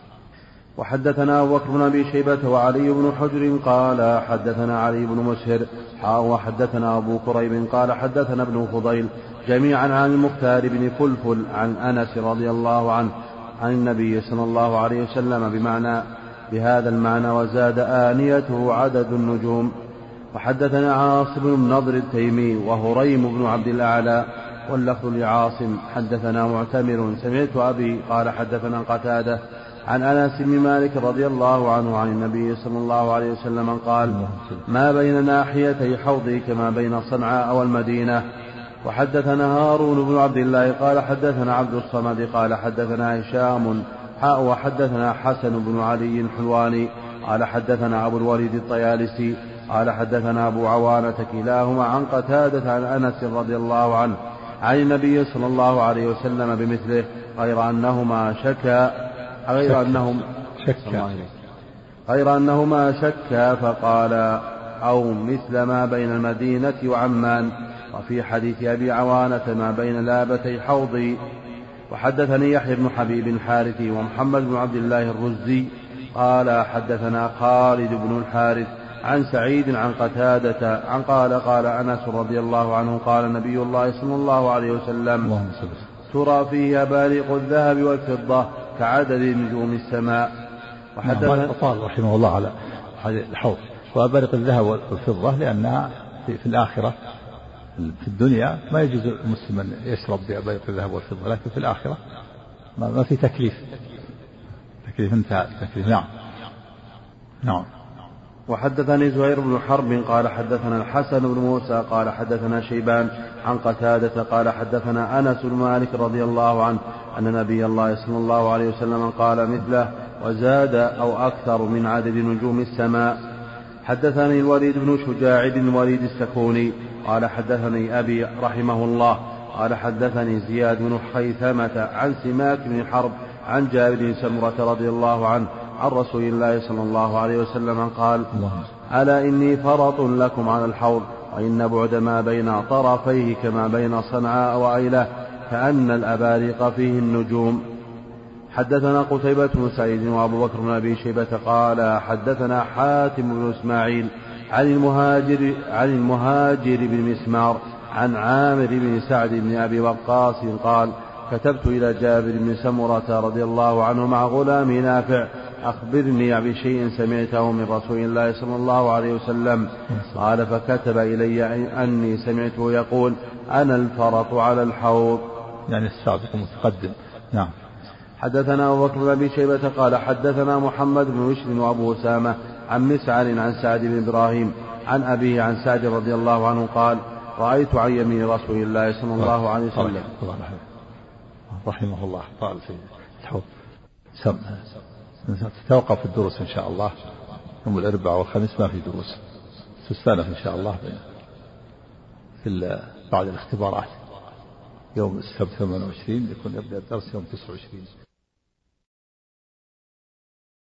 وحدثنا أبو بكر بن أبي شيبة وعلي بن حجر قال حدثنا علي بن مسهر وحدثنا أبو كريب قال حدثنا ابن فضيل جميعا عن المختار بن فلفل عن أنس رضي الله عنه عن النبي صلى الله عليه وسلم بمعنى بهذا المعنى وزاد آنيته عدد النجوم. وحدثنا عاصم بن نضر التيمي وهريم بن عبد الأعلى واللفظ لعاصم حدثنا معتمر سمعت أبي قال حدثنا قتادة عن أنس بن مالك رضي الله عنه عن النبي صلى الله عليه وسلم قال ما بين ناحيتي حوضي كما بين صنعاء والمدينة. وحدثنا هارون بن عبد الله قال حدثنا عبد الصمد قال حدثنا هشام حاء وحدثنا حسن بن علي الحلواني قال حدثنا أبو الوليد الطيالسي قال حدثنا أبو عوانة كلاهما عن قتادة عن أنس رضي الله عنه عن النبي صلى الله عليه وسلم بمثله غير أنهما شكا غير أنهم شكا غير أنهما شكا فقال أو مثل ما بين المدينة وعمان. وفي حديث أبي عوانة ما بين لابتي حوضي. وحدثني يحيى بن حبيب الحارثي ومحمد بن عبد الله الرزي قال حدثنا خالد بن الحارث عن سعيد عن قتادة عن قال قال أنس رضي الله عنه قال نبي الله صلى الله عليه وسلم ترى فيه أباريق الذهب والفضة كعدد نجوم السماء. وحدثنا قال رحمه الله على هذا الحوض وأباريق الذهب والفضة لأنها في الآخرة. في الدنيا ما يجوز المسلم أن يشرب بأباريق الذهب والفضة لكن في الآخرة ما في تكليف تكليف انتهى تكليف. نعم. نعم. وحدثني زهير بن حرب قال حدثنا الحسن بن موسى قال حدثنا شيبان عن قتادة قال حدثنا أنس بن مالك رضي الله عنه أن نبي الله صلى الله عليه وسلم قال مثله وزاد أو أكثر من عدد نجوم السماء. حدثني الوليد بن شجاع بن الوليد السكوني قال حدثني أبي رحمه الله قال حدثني زياد بن خيثمة عن سماك بن حرب عن جابر بن سمرة رضي الله عنه عن رسول الله صلى الله عليه وسلم قال ألا إني فرط لكم على الحوض وإن بعد ما بين طرفيه كما بين صنعاء وأيلة كأن الأباريق فيه النجوم. حدثنا قتيبة بن سعيد وأبو بكر بن أبي شيبة قال حدثنا حاتم بن إسماعيل عن المهاجر عن المهاجر بن مسمار عن عامر بن سعد بن أبي وقاص قال كتبت إلى جابر بن سمرة رضي الله عنه مع غلام نافع أخبرني بشيء سمعته من رسول الله صلى الله عليه وسلم. قال فكتب إلي أني سمعته يقول أنا الفرط على الحوض، يعني السابق المتقدم. نعم. حدثنا أبو بكر بن أبي شيبة قال حدثنا محمد بن بشر وأبو أسامة عن مسعر عن سعد بن إبراهيم عن أبيه عن سعد رضي الله عنه قال رأيت عن يمين رسول الله صلى الله عليه وسلم. رحمه الله طال في الحوض. تتوقف الدروس إن شاء الله يوم الأربعاء والخميس ما في دروس، تستأنف إن شاء الله في بعد الاختبارات يوم السبت ثمانية وعشرين يكون يبدأ الدرس يوم تسعة وعشرين.